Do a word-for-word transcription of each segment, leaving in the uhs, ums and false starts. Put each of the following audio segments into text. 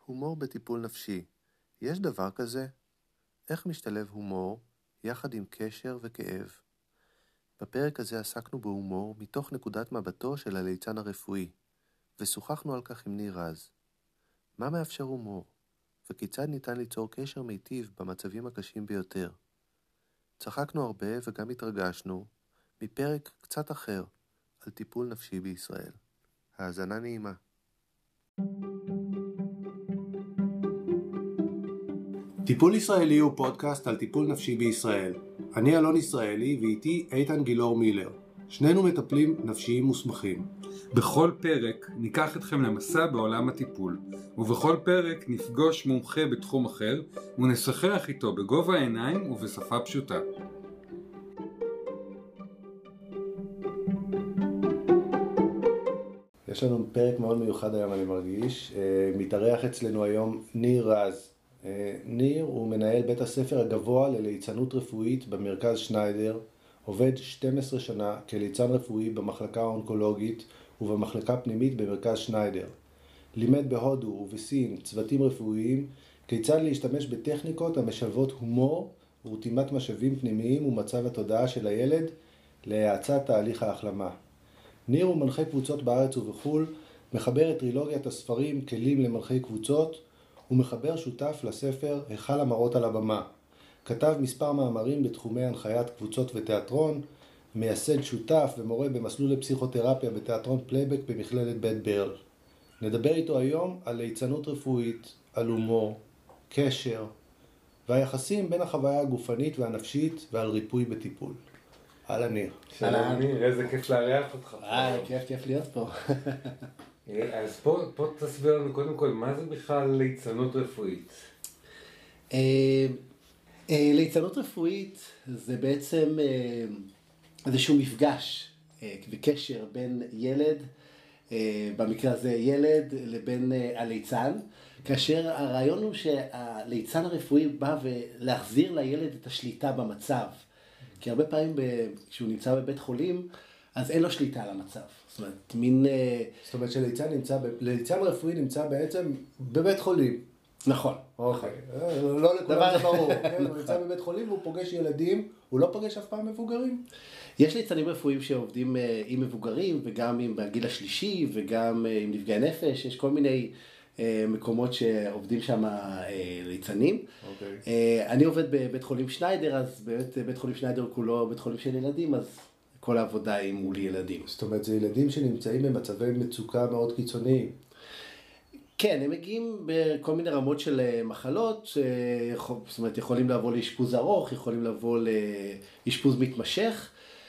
הומור בטיפול נפשי. יש דבר כזה? איך משתלב הומור יחד עם קשר וכאב? בפרק הזה עסקנו בהומור מתוך נקודת מבטו של הליצן הרפואי, ושוחחנו על כך עם ניר רז. מה מאפשר הומור? וכיצד ניתן ליצור קשר מיטיב במצבים הקשים ביותר? צחקנו הרבה וגם התרגשנו מפרק קצת אחר על טיפול נפשי בישראל. האזנה נעימה. טיפול ישראלי הוא פודקאסט על טיפול נפשי בישראל. אני אלון ישראלי ואיתי איתן גילאור מילר. שנינו מטפלים נפשיים מוסמכים. בכל פרק ניקח אתכם למסע בעולם הטיפול, ובכל פרק נפגוש מומחה בתחום אחר ונשוחח איתו בגובה העיניים ובשפה פשוטה. יש לנו פרק מאוד מיוחד היום, אני מרגיש. מתארח אצלנו היום ניר רז. ניר הוא מנהל בית הספר הגבוה לליצנות רפואית במרכז שניידר, עובד שתים עשרה שנה כליצן רפואי במחלקה האונקולוגית ובמחלקה פנימית במרכז שניידר. לימד בהודו ובסין צוותים רפואיים כיצד להשתמש בטכניקות המשלבות הומור ורתימת משאבים פנימיים ומצב התודעה של הילד להאצת תהליך ההחלמה. ניר הוא מנחה קבוצות בארץ ובחול, מחבר את טרילוגיית הספרים כלים למנחי קבוצות, ומחבר שותף לספר היכל המראות על הבמה. כתב מספר מאמרים בתחומי הנחיית קבוצות ותיאטרון, מייסד שותף ומורה במסלול לפסיכותרפיה בתיאטרון פלייבק במכללת בית ברל. נדבר איתו היום על ליצנות רפואית, על הומור, קשר, והיחסים בין החוויה הגופנית והנפשית ועל ריפוי בטיפול. הלאה ניר. שלום ניר, איזה כיף לארח אותך. אה, כיף, כיף להיות פה. אז פה, פה תסביר לנו קודם כל, מה זה בכלל ליצנות רפואית? ליצנות רפואית זה בעצם איזשהו מפגש וקשר בין ילד, במקרה הזה ילד, לבין הליצן, כאשר הרעיון הוא שהליצן הרפואי בא ולהחזיר לילד את השליטה במצב. כי הרבה פעמים כשהוא נמצא בבית חולים, אז אין לו שליטה על המצב. זאת אומרת, מין... זאת אומרת שליצן נמצא, ליצן רפואי נמצא בעצם בבית חולים. נכון. אוקיי. לא לכולם זה ברור. הוא נמצא בבית חולים והוא פוגש ילדים, הוא לא פוגש אף פעם מבוגרים. יש ליצנים רפואיים שעובדים עם מבוגרים, וגם עם בגיל השלישי, וגם עם נפגעי נפש. יש כל מיני מקומות שעובדים שם ליצנים. אוקיי. אני עובד בבית חולים שניידר, אז באמת בית חולים שניידר הוא כולו בית חולים של ילדים, אז כל העבודה היא מול ילדים. זאת אומרת, זה ילדים שנמצאים במצבי מצוקה מאוד קיצוניים. כן, הם מגיעים בכל מיני רמות של מחלות, זאת אומרת, יכולים לבוא לאשפוז ארוך, יכולים לבוא לאשפוז מתמשך,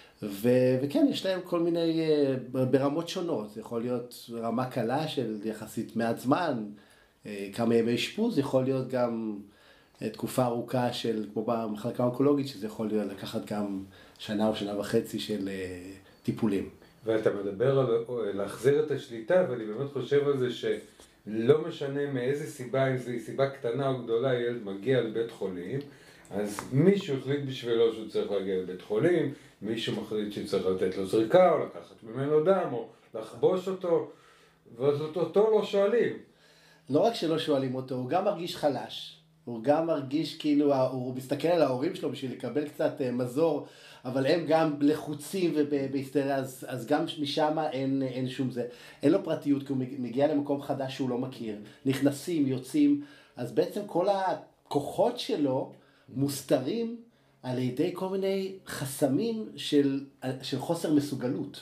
ו- וכן, יש להם כל מיני, ברמות שונות. זה יכול להיות רמה קלה של יחסית מעט זמן, כמה ימי אשפוז, יכול להיות גם תקופה ארוכה של, כמו במחלקה האונקולוגית, שזה יכול להיות לקחת גם שנה או שנה וחצי של טיפולים. ואתה מדבר על להחזיר את השליטה, ואני באמת חושב על זה שלא משנה מאיזה סיבה, אם זו סיבה קטנה או גדולה, ילד מגיע לבית חולים, אז מישהו החליט בשבילו שהוא צריך להגיע לבית חולים, מישהו מחליט שצריך לתת לו זריקה, או לקחת ממנו דם, או לחבוש אותו, ואותו לא שואלים. לא רק שלא שואלים אותו, הוא גם מרגיש חלש. הוא גם מרגיש כאילו, הוא מסתכל על ההורים שלו בשביל לקבל קצת מזור, אבל הם גם לחוצים ובהיסטריה, אז, אז גם משם אין, אין שום זה. אין לו פרטיות, כי הוא מגיע למקום חדש שהוא לא מכיר. נכנסים, יוצאים, אז בעצם כל הכוחות שלו מוסתרים על ידי כל מיני חסמים של, של חוסר מסוגלות.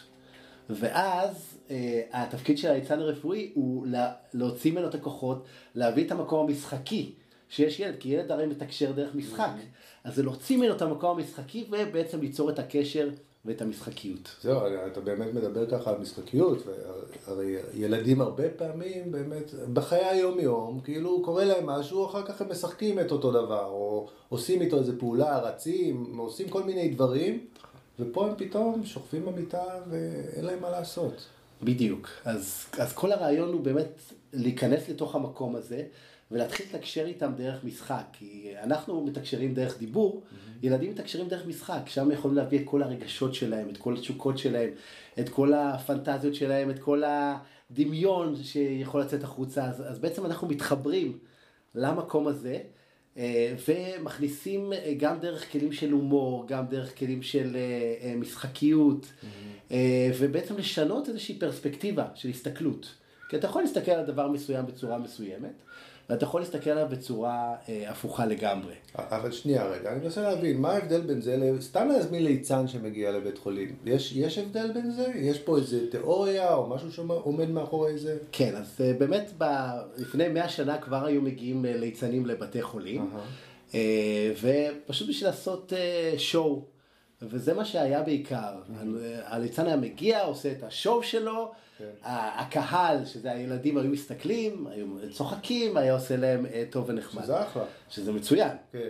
ואז התפקיד של הליצן הרפואי הוא להוציא ממנו את הכוחות, להביא את המקום המשחקי, שיש ילד, כי ילד הרי מתקשר דרך משחק, אז זה להוציא ממנו את המקום המשחקי ובעצם ליצור את הקשר ואת המשחקיות. זהו, אתה באמת מדבר ככה על משחקיות, הרי ילדים הרבה פעמים באמת בחיי היום יום, כאילו קורה להם משהו, אחר כך הם משחקים את אותו דבר, או עושים איתו איזה פעולה, רצים, עושים כל מיני דברים, ופה הם פתאום שוכבים במיטה ואין להם מה לעשות. בדיוק, אז, אז כל הרעיון הוא באמת להיכנס לתוך המקום הזה, ולהתחיל לתקשר איתם דרך משחק, כי אנחנו מתקשרים דרך דיבור, mm-hmm. ילדים מתקשרים דרך משחק, שם יכולים להביא את כל הרגשות שלהם, את כל התשוקות שלהם, את כל הפנטזיות שלהם, את כל דמיון שיכול לצאת החוצה, אז, אז בעצם אנחנו מתחברים למקום הזה, ומכניסים גם דרך כלים של הומור, גם דרך כלים של משחקיות, mm-hmm. ובעצם לשנות איזושהי פרספקטיבה של הסתכלות. כי אתה יכול להסתכל על דבר מסוים בצורה מסוימת, ואתה יכול להסתכל עליו בצורה אה, הפוכה לגמרי. אבל שנייה רגע, אני מנסה להבין, מה ההבדל בין זה, סתם להזמין ליצן שמגיע לבית חולים, יש, יש הבדל בין זה? יש פה איזה תיאוריה או משהו שעומד מאחורי זה? כן, אז אה, באמת ב, לפני מאה שנה כבר היו מגיעים אה, ליצנים לבתי חולים, uh-huh. אה, ופשוט בשביל לעשות אה, שואו, וזה מה שהיה בעיקר. Mm-hmm. הליצן היה מגיע, עושה את השואו שלו, כן. הקהל, שזה הילדים, היו מסתכלים, היו צוחקים, היה עושה להם טוב ונחמד. שזה אחלה. שזה מצוין. כן.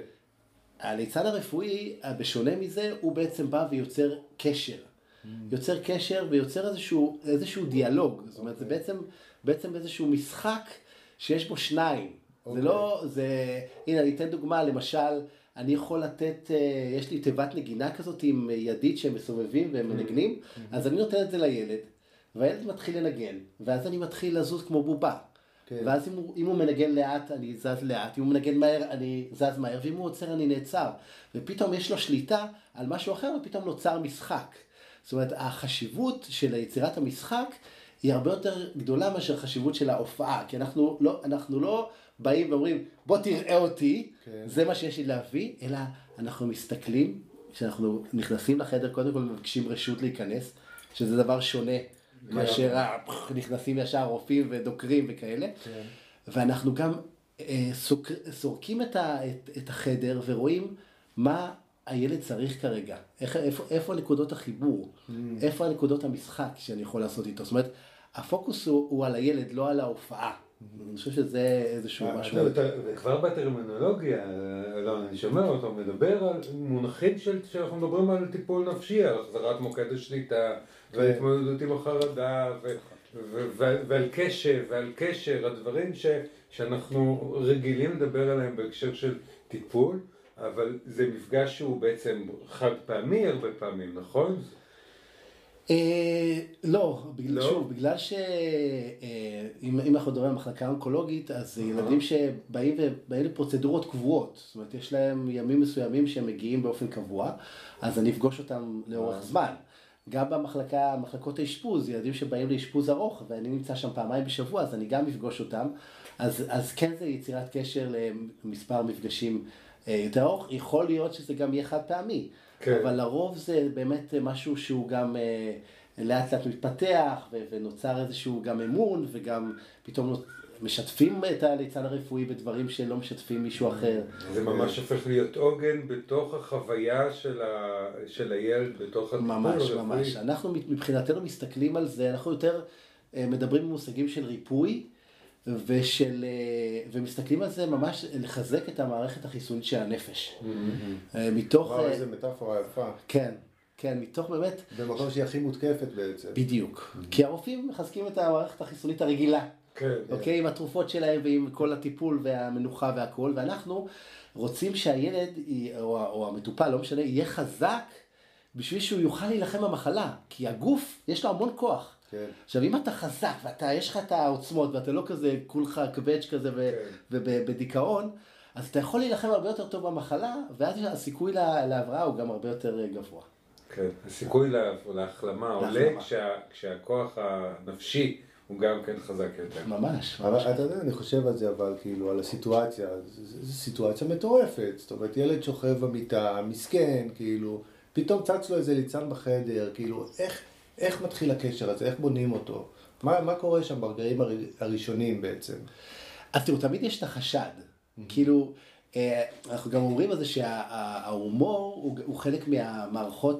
הליצן הרפואי, בשונה מזה, הוא בעצם בא ויוצר קשר. Mm-hmm. יוצר קשר ויוצר איזשהו, איזשהו דיאלוג. Okay. זאת אומרת, זה בעצם, בעצם איזשהו משחק שיש בו שניים. Okay. זה לא, זה, הנה, אני אתן דוגמה, למשל, אני יכול לתת, יש לי תיבת נגינה כזאת עם ידית שהם מסובבים והם מנגנים, אז אני נותן את זה לילד, והילד מתחיל לנגן, ואז אני מתחיל לזוז כמו בובה. ואז אם הוא, אם הוא מנגן לאט, אני זז לאט, אם הוא מנגן מהר, אני זז מהר, ואם הוא עוצר, אני נעצר. ופתאום יש לו שליטה על משהו אחר, ופתאום נוצר משחק. זאת אומרת, החשיבות של יצירת המשחק היא הרבה יותר גדולה מאשר חשיבות של ההופעה, כי אנחנו לא, אנחנו לא באים ואומרים, בוא תראה אותי, כן. זה מה שיש לי להביא, אלא אנחנו מסתכלים, כשאנחנו נכנסים לחדר, קודם כל מבקשים רשות להיכנס, שזה דבר שונה, כן. מאשר נכנסים ישר רופאים ודוקרים וכאלה, כן. ואנחנו גם אה, סוק, סורקים את, ה, את, את החדר ורואים מה הילד צריך כרגע, איך, איפה, איפה נקודות החיבור, mm. איפה הנקודות המשחק שאני יכול לעשות איתו, זאת אומרת, הפוקוס הוא, הוא על הילד, לא על ההופעה. אני חושב שזה איזשהו משהו. וכבר בטרמינולוגיה, אני שומע אותו מדבר על מונחים שאנחנו מדברים על טיפול נפשי, על החזרת מוקד השליטה, והתמודדות עם החרדה, ועל קשב, ועל קשר, הדברים שאנחנו רגילים לדבר עליהם בהקשר של טיפול, אבל זה מפגש שהוא בעצם חד פעמי הרבה פעמים, נכון? לא, שוב, בגלל שאם אנחנו מדברים על מחלקה אונקולוגית, אז ילדים שבאים ובאים לפרוצדורות קבועות, זאת אומרת, יש להם ימים מסוימים שהם מגיעים באופן קבוע, אז אני אפגוש אותם לאורך זמן. גם במחלקה, מחלקות האשפוז, ילדים שבאים לאשפוז ארוך, ואני נמצא שם פעמיים בשבוע, אז אני גם אפגוש אותם, אז כן זה יצירת קשר למספר מפגשים יותר ארוך, יכול להיות שזה גם יהיה חד פעמי. כן. אבל לרוב זה באמת משהו שהוא גם אה, לאט לאט מתפתח ו- ונוצר איזשהו גם אמון וגם פתאום משתפים את הליצן הרפואי בדברים שלא משתפים מישהו אחר. זה ממש הופך להיות עוגן בתוך החוויה של, ה... של הילד, בתוך הטיפול ממש, הרפואי. ממש. אנחנו מבחינתנו מסתכלים על זה, אנחנו יותר אה, מדברים במושגים של ריפוי, ושל, ומסתכלים על זה ממש לחזק את המערכת החיסונית של הנפש. Mm-hmm. מתוך... וואו, איזה מטאפורה יפה. כן, כן, מתוך באמת... במקום שהיא הכי מותקפת בעצם. בדיוק. Mm-hmm. כי הרופאים מחזקים את המערכת החיסונית הרגילה. כן. אוקיי? עם התרופות שלהם ועם כל הטיפול והמנוחה והכל, ואנחנו רוצים שהילד, או, או המטופל, לא משנה, יהיה חזק בשביל שהוא יוכל להילחם במחלה. כי הגוף, יש לו המון כוח. כן. עכשיו, אם אתה חזק ואתה, יש לך את העוצמות ואתה לא כזה, כולך קבץ' כזה ובדיכאון, אז אתה יכול להילחם הרבה יותר טוב במחלה, ואז הסיכוי להבראה הוא גם הרבה יותר גבוה. כן, הסיכוי להחלמה עולה כשהכוח הנפשי הוא גם כן חזק יותר. ממש. אבל אתה יודע, אני חושב על זה, אבל כאילו, על הסיטואציה, זו סיטואציה מטורפת. זאת אומרת, ילד שוכב במיטה, מסכן, כאילו, פתאום צץ לו איזה ליצן בחדר, כאילו, איך... איך מתחיל הקשר הזה? איך בונים אותו? מה, מה קורה שם ברגעים הראשונים בעצם? אז תראו, תמיד יש את החשד. Mm-hmm. כאילו, אנחנו גם אומרים על זה שההומור הוא, הוא חלק מהמערכות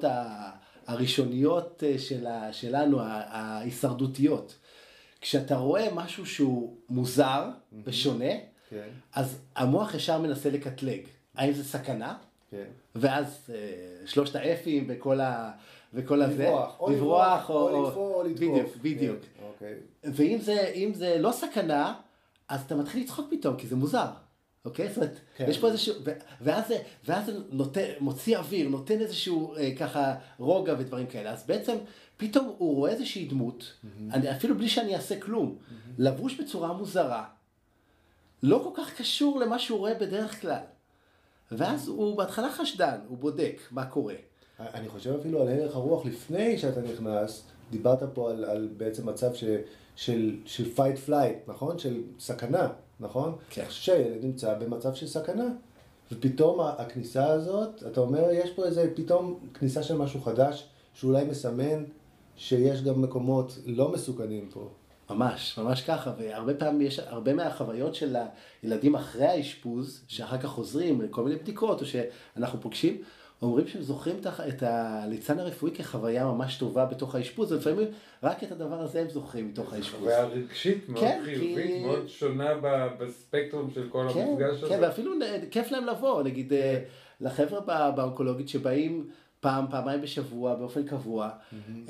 הראשוניות שלה, שלנו, ההישרדותיות. כשאתה רואה משהו שהוא מוזר mm-hmm. ושונה, okay. אז המוח ישר מנסה לקטלג. האם זה סכנה? כן. ואז שלושת האפים וכל ה... וכל הזה, לברוח, או לברוח, או, או לתפור, או לתקוף. בדיוק, בדיוק. כן, אוקיי. ואם זה, אם זה לא סכנה, אז אתה מתחיל לצחוק פתאום, כי זה מוזר. אוקיי? זאת אומרת, כן. יש פה איזשהו, ואז זה, ואז זה נותן, מוציא אוויר, נותן איזשהו אה, ככה רוגע ודברים כאלה. אז בעצם פתאום הוא רואה איזושהי דמות, אני, אפילו בלי שאני אעשה כלום, לבוש בצורה מוזרה, לא כל כך קשור למה שהוא רואה בדרך כלל. ואז הוא בהתחלה חשדן, הוא בודק מה קורה. אני חושב אפילו על הלך הרוח לפני שאתה נכנס, דיברת פה על, על בעצם מצב ש, של, של fight flight, נכון? של סכנה, נכון? כן. אני חושב שהילד נמצא במצב של סכנה. ופתאום הכניסה הזאת, אתה אומר, יש פה איזה פתאום כניסה של משהו חדש, שאולי מסמן שיש גם מקומות לא מסוכנים פה. ממש, ממש ככה, והרבה פעמים יש הרבה מהחוויות של הילדים אחרי האשפוז, שאחר כך חוזרים לכל מיני בדיקות, או שאנחנו פוגשים, אומרים שהם זוכרים את הליצן הרפואי כחוויה ממש טובה בתוך האשפוז, ולפעמים רק את הדבר הזה הם זוכרים מתוך האשפוז. חוויה רגשית מאוד כן, חיובית, כי... מאוד שונה בספקטרום של כל כן, המפגש הזה. כן, ואפילו כיף להם לבוא, נגיד לחבר'ה באונקולוגית שבאים פעם, פעמיים בשבוע, באופן קבוע, mm-hmm.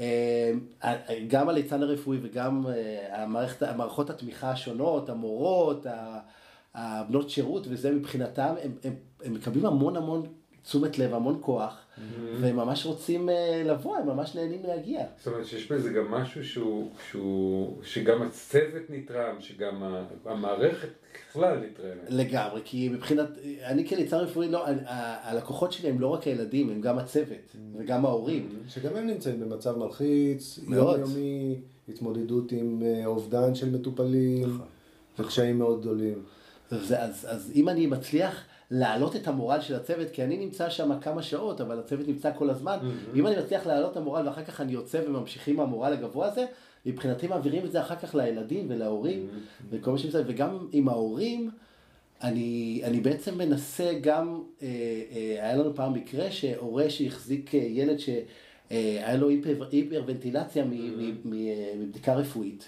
גם הליצן הרפואי וגם המערכת, המערכות התמיכה השונות, המורות, הבנות שירות, וזה מבחינתם, הם, הם, הם מקבלים המון המון תשומת לב, המון כוח, mm-hmm. והם ממש רוצים לבוא, הם ממש נהנים להגיע. זאת אומרת שיש בזה גם משהו שהוא, שהוא, שגם הצוות נתרם, שגם המערכת בכלל נתרמת. לגמרי, כי מבחינת, אני כליצן רפואי, לא, הלקוחות שלי הם לא רק הילדים, הם גם הצוות, mm-hmm. וגם ההורים. Mm-hmm. שגם הם נמצאים במצב מלחיץ, מאוד. יומיומי, התמודדות עם אובדן של מטופלים, נכון. וקשיים מאוד גדולים. אז, אז, אז אם אני מצליח להעלות את המורל של הצוות, כי אני נמצא שם כמה שעות, אבל הצוות נמצא כל הזמן, mm-hmm. אם אני מצליח להעלות את המורל ואחר כך אני יוצא וממשיכים מהמורל הגבוה הזה, מבחינתי מעבירים את זה אחר כך לילדים ולהורים, mm-hmm. וכל מה שמצא, וגם עם ההורים, אני, אני בעצם מנסה גם, אה, אה, היה לנו פעם מקרה שהורה שהחזיק ילד שהיה לו היפר, היפרוונטילציה mm-hmm. מבדיקה רפואית,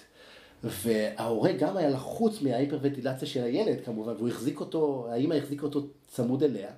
וההורה גם היה לחוץ מההיפרוונטילציה של הילד כמובן, והוא החזיק אותו, האמא החזיק אותו צמוד אליה,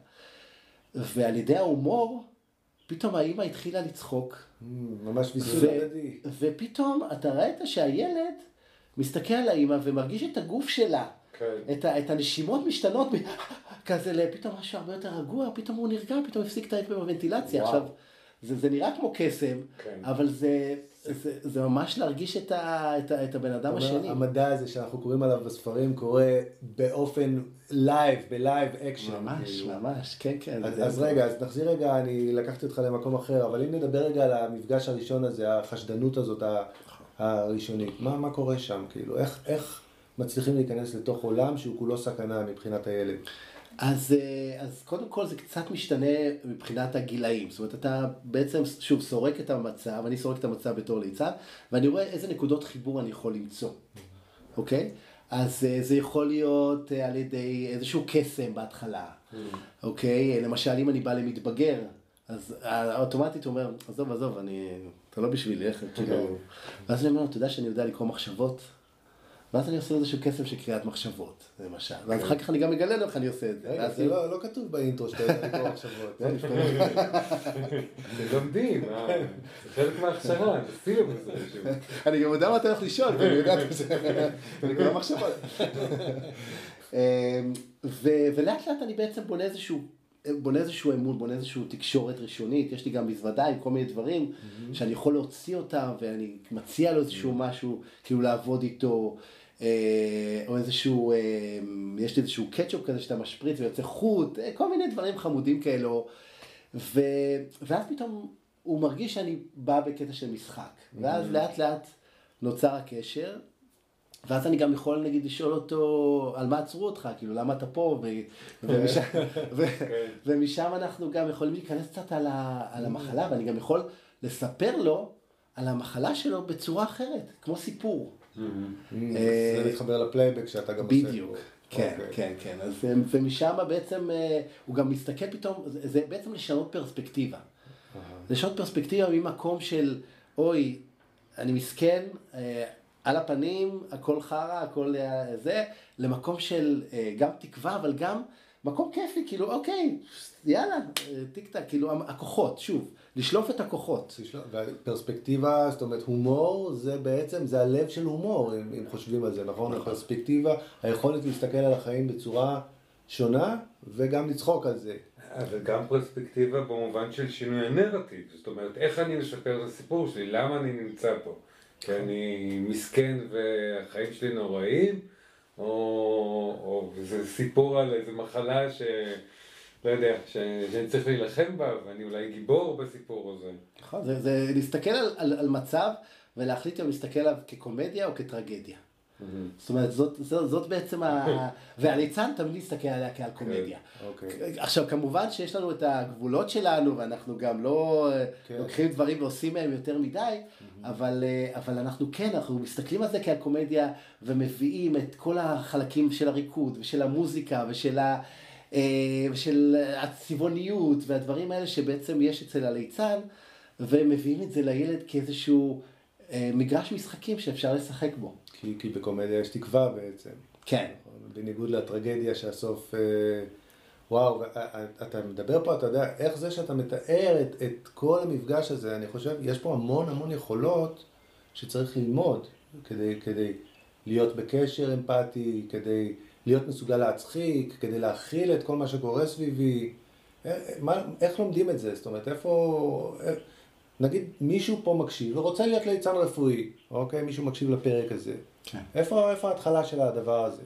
ועל ידי ההומור, פתאום האמא התחילה לצחוק. ממש ויסות הדדי. ופתאום אתה ראית שהילד מסתכל על האמא ומרגיש את הגוף שלה, את, את הנשימות משתנות, כזה פתאום משהו הרבה יותר רגוע, פתאום הוא נרגע, פתאום הפסיק את ההיפרוונטילציה. עכשיו, זה, זה נראה כמו קסם, כן. אבל זה, זה, זה ממש להרגיש את, ה, את, ה, את הבן אדם השני. המדע הזה שאנחנו קוראים עליו בספרים קורה באופן לייב, בלייב אקשן. ממש, כאילו. ממש, כן, כן. אז, אז רגע, אז נחזיר רגע, אני לקחתי אותך למקום אחר, אבל אם נדבר רגע על המפגש הראשון הזה, החשדנות הזאת הראשונית, מה, מה קורה שם? כאילו, איך, איך מצליחים להיכנס לתוך עולם שהוא כולו סכנה מבחינת הילד? אז, אז קודם כל זה קצת משתנה מבחינת הגילאים, זאת אומרת אתה בעצם שוב סורק את המצב, אני סורק את המצב בתור ליצן, ואני רואה איזה נקודות חיבור אני יכול למצוא, אוקיי? אז זה יכול להיות על ידי איזשהו קסם בהתחלה, אוקיי? למשל אם אני בא למתבגר, אז האוטומטית הוא אומר, עזוב עזוב, אני, אתה לא בשבילי, איך, כאילו, ואז אני אומר, אתה יודע שאני יודע לקרוא מחשבות? ואז אני עושה איזשהו קסם של קריאת מחשבות, למשל. ואז אחר כך אני גם מגלה לו איך אני עושה את זה. רגע, זה לא כתוב באינטרו שאתה יודע לקרוא מחשבות. זה לומדים, זה חלק מההכשרה, זה סילבוס איזשהו. אני גם יודע מה אתה הולך לשאול, ואני יודע את זה. אני קורא מחשבות. ולאט לאט אני בעצם בונה איזשהו, בונה איזשהו אמון, בונה איזשהו תקשורת ראשונית, יש לי גם מזוודה עם כל מיני דברים שאני יכול להוציא אותם, ואני מציע לו איזשהו משהו, כאילו לעבוד איתו, או איזשהו, יש לי איזשהו קטשופ כזה שאתה משפריץ ויוצא חוט, כל מיני דברים חמודים כאלו, ו... ואז פתאום הוא מרגיש שאני בא בקטע של משחק, ואז לאט לאט נוצר הקשר, ואז אני גם יכול נגיד לשאול אותו על מה עצרו אותך, כאילו למה אתה פה, ו... ומשם... ו... ומשם אנחנו גם יכולים להיכנס קצת על, ה... על המחלה, ואני גם יכול לספר לו על המחלה שלו בצורה אחרת, כמו סיפור. זה להתחבר לפלייבק שאתה גם עושה. בדיוק, כן, כן, כן. ומשם בעצם הוא גם מסתכל פתאום, זה בעצם לשנות פרספקטיבה. לשנות פרספקטיבה ממקום של, אוי, אני מסכן, על הפנים, הכל חרה, הכל זה, למקום של גם תקווה, אבל גם מקום כיפי, כאילו, אוקיי, יאללה, טיק-טק, כאילו, הכוחות, שוב, לשלוף את הכוחות. והפרספקטיבה, זאת אומרת, הומור, זה בעצם, זה הלב של הומור, אם חושבים על זה, נכון? הפרספקטיבה, היכולת להסתכל על החיים בצורה שונה, וגם לצחוק על זה. אבל גם פרספקטיבה במובן של שינוי הנרטיב, זאת אומרת, איך אני משפר את הסיפור שלי, למה אני נמצא פה? כי אני מסכן והחיים שלי נוראים, או, או זה סיפור על איזו מחלה ש... לא יודע, ש... שאני צריך להילחם בה, ואני אולי גיבור בסיפור הזה. נכון, זה, זה להסתכל על, על, על מצב, ולהחליט אם להסתכל עליו כקומדיה או כטרגדיה. זאת אומרת, זאת, זאת, זאת בעצם ה... והליצן תמיד להסתכל עליה כעל קומדיה. עכשיו, כמובן שיש לנו את הגבולות שלנו, ואנחנו גם לא לוקחים דברים ועושים מהם יותר מדי, אבל, אבל אנחנו כן, אנחנו מסתכלים על זה כעל קומדיה, ומביאים את כל החלקים של הריקוד, ושל המוזיקה, ושל, ה... ושל הצבעוניות, והדברים האלה שבעצם יש אצל הליצן, ומביאים את זה לילד כאיזשהו מגרש משחקים שאפשר לשחק בו. כי, כי בקומדיה יש תקווה בעצם. כן. בניגוד לטרגדיה שהסוף, אה, וואו, אתה מדבר פה, אתה יודע, איך זה שאתה מתאר את, את כל המפגש הזה, אני חושב, יש פה המון המון יכולות שצריך ללמוד כדי, כדי להיות בקשר אמפתי, כדי להיות מסוגל להצחיק, כדי להכיל את כל מה שקורה סביבי. מה, איך לומדים את זה? זאת אומרת, איפה... נגיד, מישהו פה מקשיב ורוצה להיות ליצן רפואי, אוקיי? מישהו מקשיב לפרק הזה. כן. איפה, איפה ההתחלה של הדבר הזה?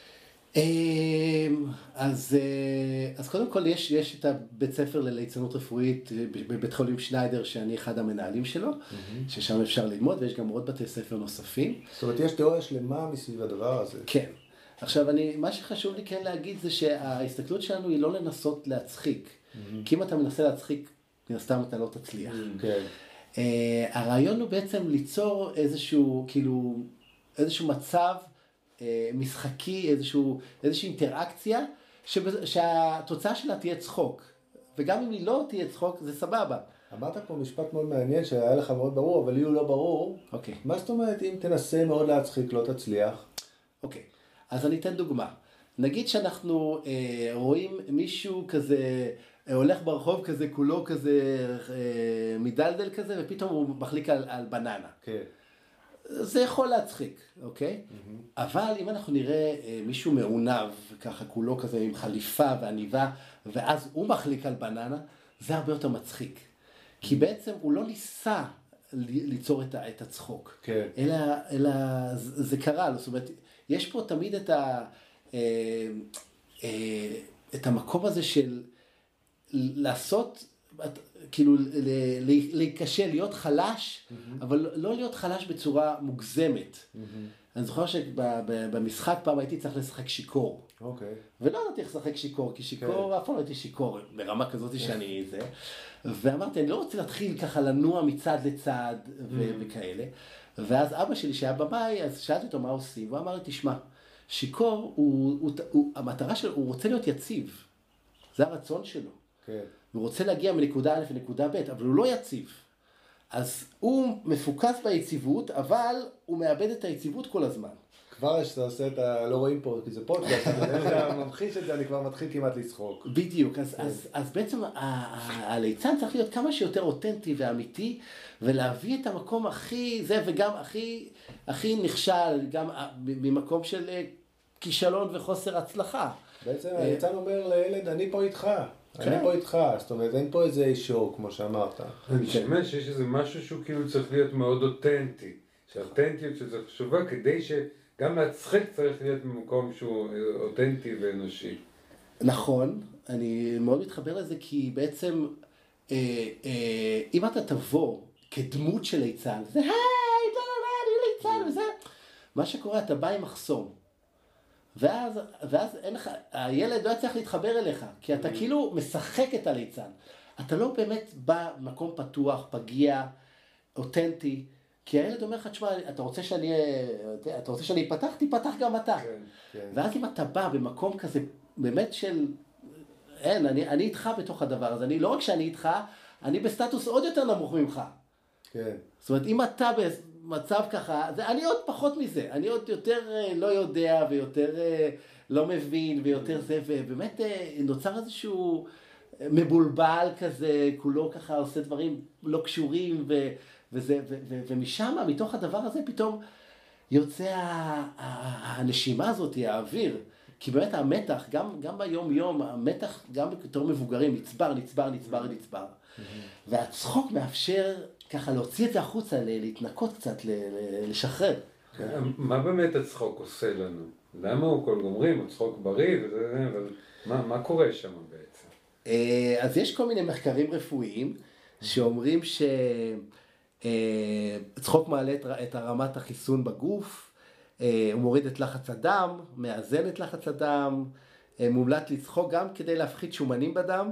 אז, אז קודם כל יש, יש את הבית ספר לליצנות רפואית בבית חולים שניידר, שאני אחד המנהלים שלו, mm-hmm. ששם אפשר ללמוד, ויש גם עוד בתי ספר נוספים. זאת אומרת, יש תיאוריה שלמה מסביב הדבר הזה. כן. עכשיו, אני, מה שחשוב לי כן להגיד זה שההסתכלות שלנו היא לא לנסות להצחיק. Mm-hmm. כי אם אתה מנסה להצחיק, מן הסתם אתה לא תצליח. כן. Uh, הרעיון הוא בעצם ליצור איזשהו, כאילו, איזשהו מצב uh, משחקי, איזשהו, איזושהי אינטראקציה, שבא, שהתוצאה שלה תהיה צחוק. וגם אם היא לא תהיה צחוק, זה סבבה. אמרת פה משפט מאוד מעניין שהיה לך מאוד ברור, אבל לי הוא לא ברור. אוקיי. מה זאת אומרת, אם תנסה מאוד להצחיק, לא תצליח? אוקיי. אז אני אתן דוגמה. נגיד שאנחנו uh, רואים מישהו כזה... הולך ברחוב כזה, כולו כזה אה, מדלדל כזה, ופתאום הוא מחליק על, על בננה. כן. זה יכול להצחיק, אוקיי? Mm-hmm. אבל אם אנחנו נראה אה, מישהו מעונב, ככה כולו כזה עם חליפה ועניבה, ואז הוא מחליק על בננה, זה הרבה יותר מצחיק. Mm-hmm. כי בעצם הוא לא ניסה ליצור את, את הצחוק. כן. אלא, אלא זה, זה קרה לו. זאת אומרת, יש פה תמיד את, ה, אה, אה, את המקום הזה של... לעשות, כאילו, להיקשה, להיות חלש, mm-hmm. אבל לא להיות חלש בצורה מוגזמת. Mm-hmm. אני זוכר שבמשחק פעם הייתי צריך לשחק שיקור. אוקיי. Okay. ולא ידעתי איך לשחק שיקור, כי שיקור, אף פעם לא הייתי שיקור, ברמה כזאת שאני זה. ואמרתי, אני לא רוצה להתחיל ככה לנוע מצד לצד ו- וכאלה. ואז אבא שלי שהיה בבית, אז שאלתי אותו מה עושים, והוא אמר לי, תשמע, שיקור, הוא, הוא, הוא, המטרה שלו, הוא רוצה להיות יציב. זה הרצון שלו. כן. הוא רוצה להגיע מנקודה א' לנקודה ב', אבל הוא לא יציב. אז הוא מפוקס ביציבות, אבל הוא מאבד את היציבות כל הזמן. כבר שאתה עושה את ה... לא רואים פה, כי זה פודקאסט, אבל אתה ממחיש את זה, אני כבר מתחיל כמעט לצחוק. בדיוק, אז, אז, אז בעצם הליצן צריך להיות כמה שיותר אותנטי ואמיתי, ולהביא את המקום הכי, זה וגם הכי, הכי נכשל, גם ממקום של כישלון וחוסר הצלחה. בעצם הליצן אומר לילד, אני פה איתך. אני פה איתך, זאת אומרת, אין פה איזה שואו, כמו שאמרת. אני חושב שיש איזה משהו שהוא כאילו צריך להיות מאוד אותנטי. שהאותנטיות שזה חשובה, כדי שגם להצחיק צריך להיות במקום שהוא אותנטי ואנושי. נכון, אני מאוד מתחבר לזה, כי בעצם, אם אתה תבוא כדמות של ליצן, זה היי, אני ליצן, וזה, מה שקורה, אתה בא עם מחסום. ואז, ואז אין לך, הילד לא צריך להתחבר אליך, כי אתה כאילו משחק את הליצן. אתה לא באמת בא במקום פתוח, פגיע, אותנטי, כי הילד אומר לך, תשמע, אתה רוצה שאני, אתה רוצה שאני אפתח? תפתח גם אתה. כן, כן. ואז אם אתה בא במקום כזה, באמת של, אין, אני, אני איתך בתוך הדבר הזה, אני, לא רק שאני איתך, אני בסטטוס עוד יותר נמוך ממך. כן. זאת אומרת, אם אתה במצב ככה, זה, אני עוד פחות מזה, אני עוד יותר לא יודע ויותר לא מבין ויותר זה, ובאמת נוצר איזשהו מבולבל כזה, כולו ככה עושה דברים לא קשורים, ו, וזה, ו, ו, ומשם, מתוך הדבר הזה פתאום יוצא הנשימה הזאת, האוויר. כי באמת המתח, גם, גם ביום יום, המתח גם בתור מבוגרים, נצבר, נצבר, נצבר, נצבר. והצחוק מאפשר ככה להוציא את זה החוצה, להתנקות קצת, לשחרר. מה באמת הצחוק עושה לנו? למה הוא כל גומרים, הצחוק בריא, אבל מה, מה קורה שם בעצם? אז יש כל מיני מחקרים רפואיים שאומרים שצחוק מעלה את הרמת החיסון בגוף, הוא מוריד את לחץ הדם, מאזן את לחץ הדם, מומלץ לצחוק גם כדי להפחית שומנים בדם.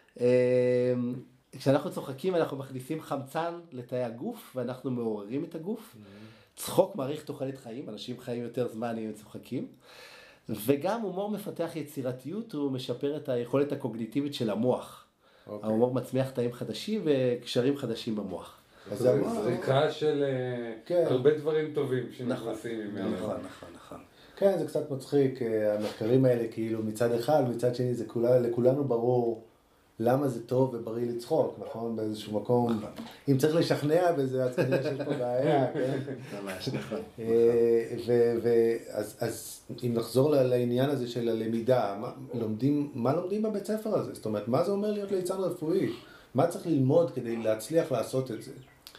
כשאנחנו צוחקים אנחנו מכניסים חמצן לתאי הגוף ואנחנו מעוררים את הגוף. צחוק מעריך תוחלת חיים, אנשים חיים יותר זמן אם הם צוחקים. וגם הומור מפתח יצירתיות, הוא משפר את היכולת הקוגניטיבית של המוח. Okay. ההומור מצמיח תאים חדשים וקשרים חדשים במוח. אז זה זריקה של כן. הרבה דברים טובים שנכנסים ממנו. נכון, נכון, נכון, נכון. כן, זה קצת מצחיק, המחקרים האלה כאילו מצד אחד, מצד שני זה כולה, לכולנו ברור למה זה טוב ובריא לצחוק, נכון? באיזשהו מקום. נכון. אם צריך לשכנע בזה, אז כנראה שיש פה בעיה, כן? ממש, נכון. אז אם נחזור לעניין הזה של הלמידה, לומדים, מה לומדים בבית ספר הזה? זאת אומרת, מה זה אומר להיות ליצן רפואי? מה צריך ללמוד כדי להצליח לעשות את זה?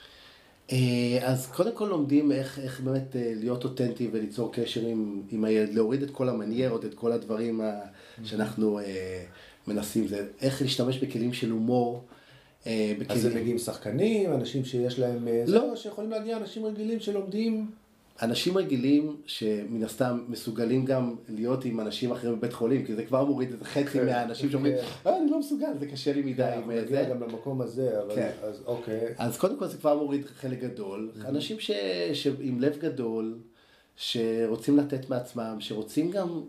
אז קודם כל לומדים איך, איך באמת להיות אותנטי וליצור קשר עם, עם הילד, להוריד את כל המניירות, את כל הדברים שאנחנו מנסים, זה איך להשתמש בכלים של הומור. אז זה מגיעים שחקנים, אנשים שיש להם... לא, שיכולים להגיע אנשים רגילים שלומדים... אנשים רגילים שמן הסתם מסוגלים גם להיות עם אנשים אחרים בבית חולים, כי זה כבר מוריד את חצי מהאנשים שאומרים, אה, אני לא מסוגל, זה קשה לי מדי. אנחנו נגיע גם למקום הזה, אבל אז אוקיי. אז קודם כל זה כבר מוריד חלק גדול. אנשים עם לב גדול, שרוצים לתת מעצמם, שרוצים גם,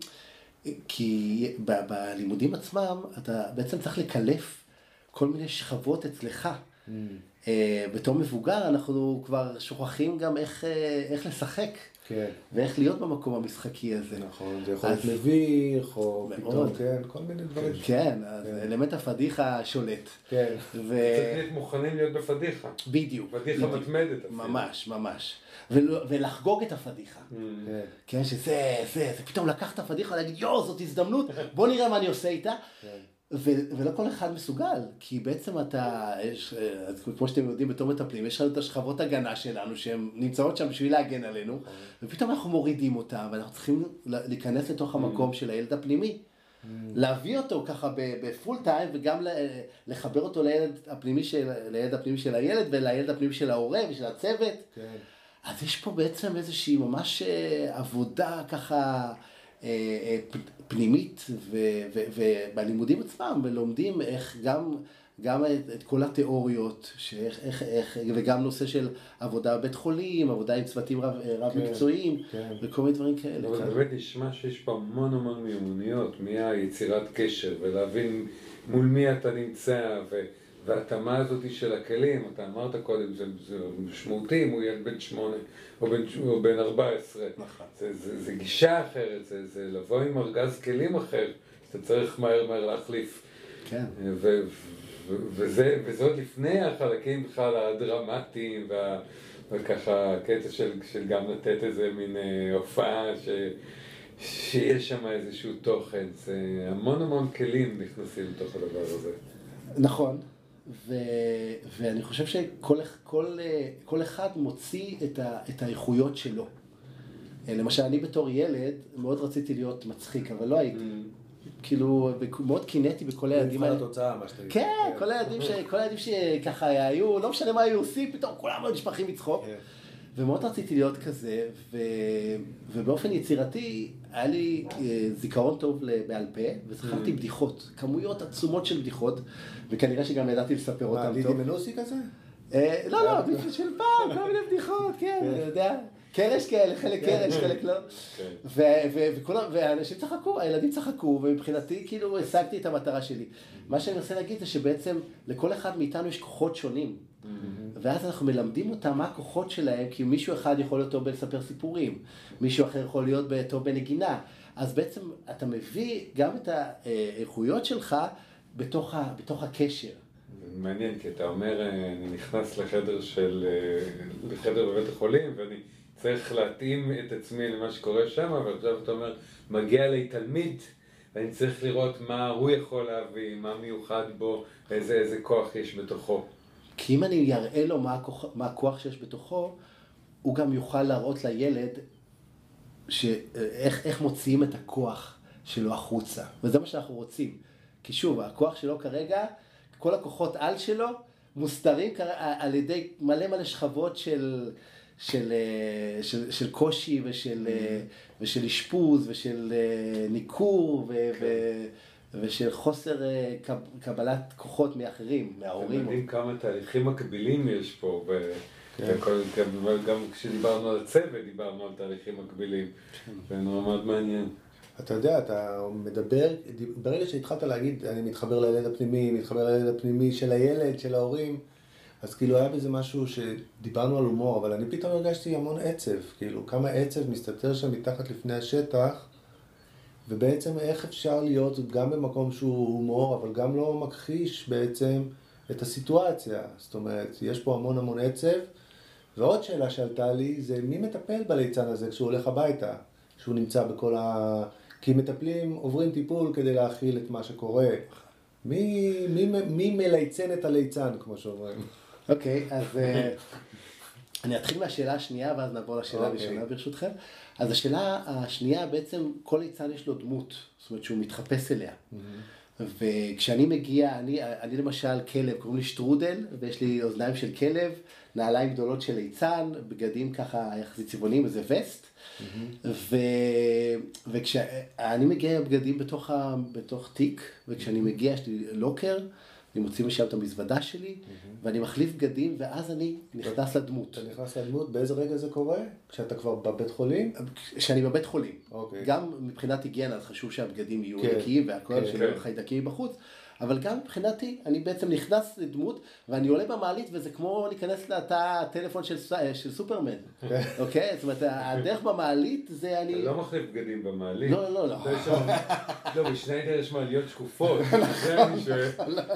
כי בלימודים עצמם אתה בעצם צריך לקלף כל מיני שכבות אצלך. Uh, בתור מבוגר אנחנו כבר שוכחים גם איך, uh, איך לשחק כן. ואיך להיות במקום המשחקי הזה. נכון, זה יכול להיות מביך או פתאום, כן, כל מיני דברים. כן, אז כן. אלמנט הפדיחה שולט. כן. ו... צריך להיות מוכנים להיות בפדיחה. בדיוק. פדיחה בדיוק. מתמדת. ממש, ממש. ול... ולחגוג את הפדיחה. Mm. כן. כן, שזה, זה, זה פתאום לקח את הפדיחה ולהגיד, יו, זאת הזדמנות, בוא נראה מה אני עושה איתה. כן. ו- ולא כל אחד מסוגל, כי בעצם אתה, יש, אז כמו שאתם יודעים בתור מטפלים, יש לנו את השכבות הגנה שלנו שהן נמצאות שם בשביל להגן עלינו, ופתאום אנחנו מורידים אותם, ואנחנו צריכים להיכנס לתוך המקום של הילד הפנימי, להביא אותו ככה בפול טיים, וגם לחבר אותו לילד הפנימי של, לילד הפנימי של הילד, ולילד הפנימי של ההורה ושל הצוות. אז יש פה בעצם איזושהי ממש עבודה ככה, פנימית, ובלימודים עצמם לומדים איך גם, גם את כל התיאוריות, שאיך, איך, איך, וגם נושא של עבודה בבית חולים, עבודה עם צוותים רב, רב כן, מקצועיים, כן. וכל מיני דברים כאלה. אבל באמת נשמע שיש פה המון המון מיומנויות, מהיצירת קשר, ולהבין מול מי אתה נמצא, ו... והתאמה הזאת של הכלים, אתה אמרת קודם, זה, זה משמעותי אם הוא ילד בן שמונה או בן, או בן ארבע עשרה. נכון. זה, זה, זה גישה אחרת, זה, זה לבוא עם ארגז כלים אחר, שאתה צריך מהר מהר להחליף. כן. ו, ו, וזה, וזה עוד לפני החלקים בכלל הדרמטיים, וה, וככה הקטע של, של גם לתת איזה מין הופעה ש... שיש שם איזשהו תוכן, זה המון המון כלים נכנסים לתוך הדבר הזה. נכון. ו... ואני חושב שכל כל, כל אחד מוציא את, ה... את האיכויות שלו. למשל, אני בתור ילד מאוד רציתי להיות מצחיק, אבל לא הייתי. Mm. כאילו, מאוד קינאתי בכל הילדים האלה. התוצאה, מה שאתה... כן, כל הילדים, ש... כל הילדים שככה היו, לא משנה מה היו עושים, פתאום כולם לא נשפכים מצחוק. Yeah. ומאוד רציתי להיות כזה, ו... ובאופן יצירתי היה לי זיכרון טוב בעל פה, וזכרתי בדיחות, כמויות עצומות של בדיחות, וכנראה שגם ידעתי לספר אותם טוב. מה, לידי מנוסי כזה? לא, לא, בדיחות של פעם, כל מיני בדיחות, כן, אני יודע. קרש כאלה, חלק קרש, חלק לא. ואנשים צחקו, הילדים צחקו, ומבחינתי כאילו השגתי את המטרה שלי. מה שאני רוצה להגיד זה שבעצם לכל אחד מאיתנו יש כוחות שונים. ואז אנחנו מלמדים אותם מה הכוחות שלהם, כי מישהו אחד יכול להיות טוב בלספר סיפורים, מישהו אחר יכול להיות טוב בנגינה. אז בעצם אתה מביא גם את האיכויות שלך בתוך, ה, בתוך הקשר. מעניין, כי אתה אומר, אני נכנס לחדר של, לחדר בבית החולים, ואני צריך להתאים את עצמי למה שקורה שם, אבל עכשיו אתה אומר, מגיע לי תלמיד, ואני צריך לראות מה הוא יכול להביא, מה מיוחד בו, איזה, איזה כוח יש בתוכו. כי אם אני אראה לו מה הכוח, מה הכוח שיש בתוכו, הוא גם יוכל להראות לילד ש, איך, איך מוציאים את הכוח שלו החוצה. וזה מה שאנחנו רוצים. כי שוב, הכוח שלו כרגע, כל הכוחות על שלו, מוסתרים על ידי מלא מלא שכבות של, של, של, של קושי ושל, ושל אשפוז ושל ניכור ו, ו, ושל חוסר קבלת כוחות מאחרים, מההורים. אתם יודעים כמה תהליכים מקבילים יש פה, גם כשדיברנו על הצוות, דיברנו על תהליכים מקבילים, זה נורא מאוד מעניין. אתה יודע, אתה מדבר, ברגע שהתחלת להגיד, אני מתחבר לילד הפנימי, מתחבר לילד הפנימי של הילד, של ההורים, אז כאילו היה בזה משהו שדיברנו על הומור, אבל אני פתאום הרגשתי המון עצב, כאילו כמה עצב מסתתר שם מתחת לפני השטח, ובעצם איך אפשר להיות גם במקום שהוא הומור, אבל גם לא מכחיש בעצם את הסיטואציה. זאת אומרת, יש פה המון המון עצב, ועוד שאלה שעלתה לי זה מי מטפל בליצן הזה כשהוא הולך הביתה, שהוא נמצא בכל ה... כי מטפלים עוברים טיפול כדי להכיל את מה שקורה. מי, מי, מי מליצן את הליצן, כמו שאומרים? אוקיי, אז אני אתחיל מהשאלה השנייה, ואז נעבור לשאלה הראשונה ברשותכם. אז השאלה השנייה, בעצם כל ליצן יש לו דמות, זאת אומרת שהוא מתחפש אליה. וכשאני מגיע, אני, אני למשל כלב, קוראים לי שטרודל, ויש לי אוזניים של כלב, נעליים גדולות של ליצן, בגדים ככה יחסית צבעוניים, וזה וסט. ו... וכשאני מגיע בגדים בתוך, ה... בתוך תיק, וכשאני מגיע, יש לי לוקר, אני מוציא משם את המזוודה שלי, ואני מחליף בגדים, ואז אני נכנס לדמות. אתה נכנס לדמות, באיזה רגע זה קורה? כשאתה כבר בבית חולים? כשאני בבית חולים. אוקיי. גם מבחינת היגיינה, אז חשוב שהבגדים יהיו נקיים והכל, שלא חיידקים בחוץ. אבל גם מבחינתי, אני בעצם נכנס לדמות, ואני עולה במעלית, וזה כמו להיכנס לתא הטלפון של, של סופרמן. אוקיי? זאת אומרת, הדרך במעלית זה אני... אתה לא מחליף בגדים במעלית. לא, לא, לא. לא, בשניידר יש מעליות שקופות, זה אני שואל.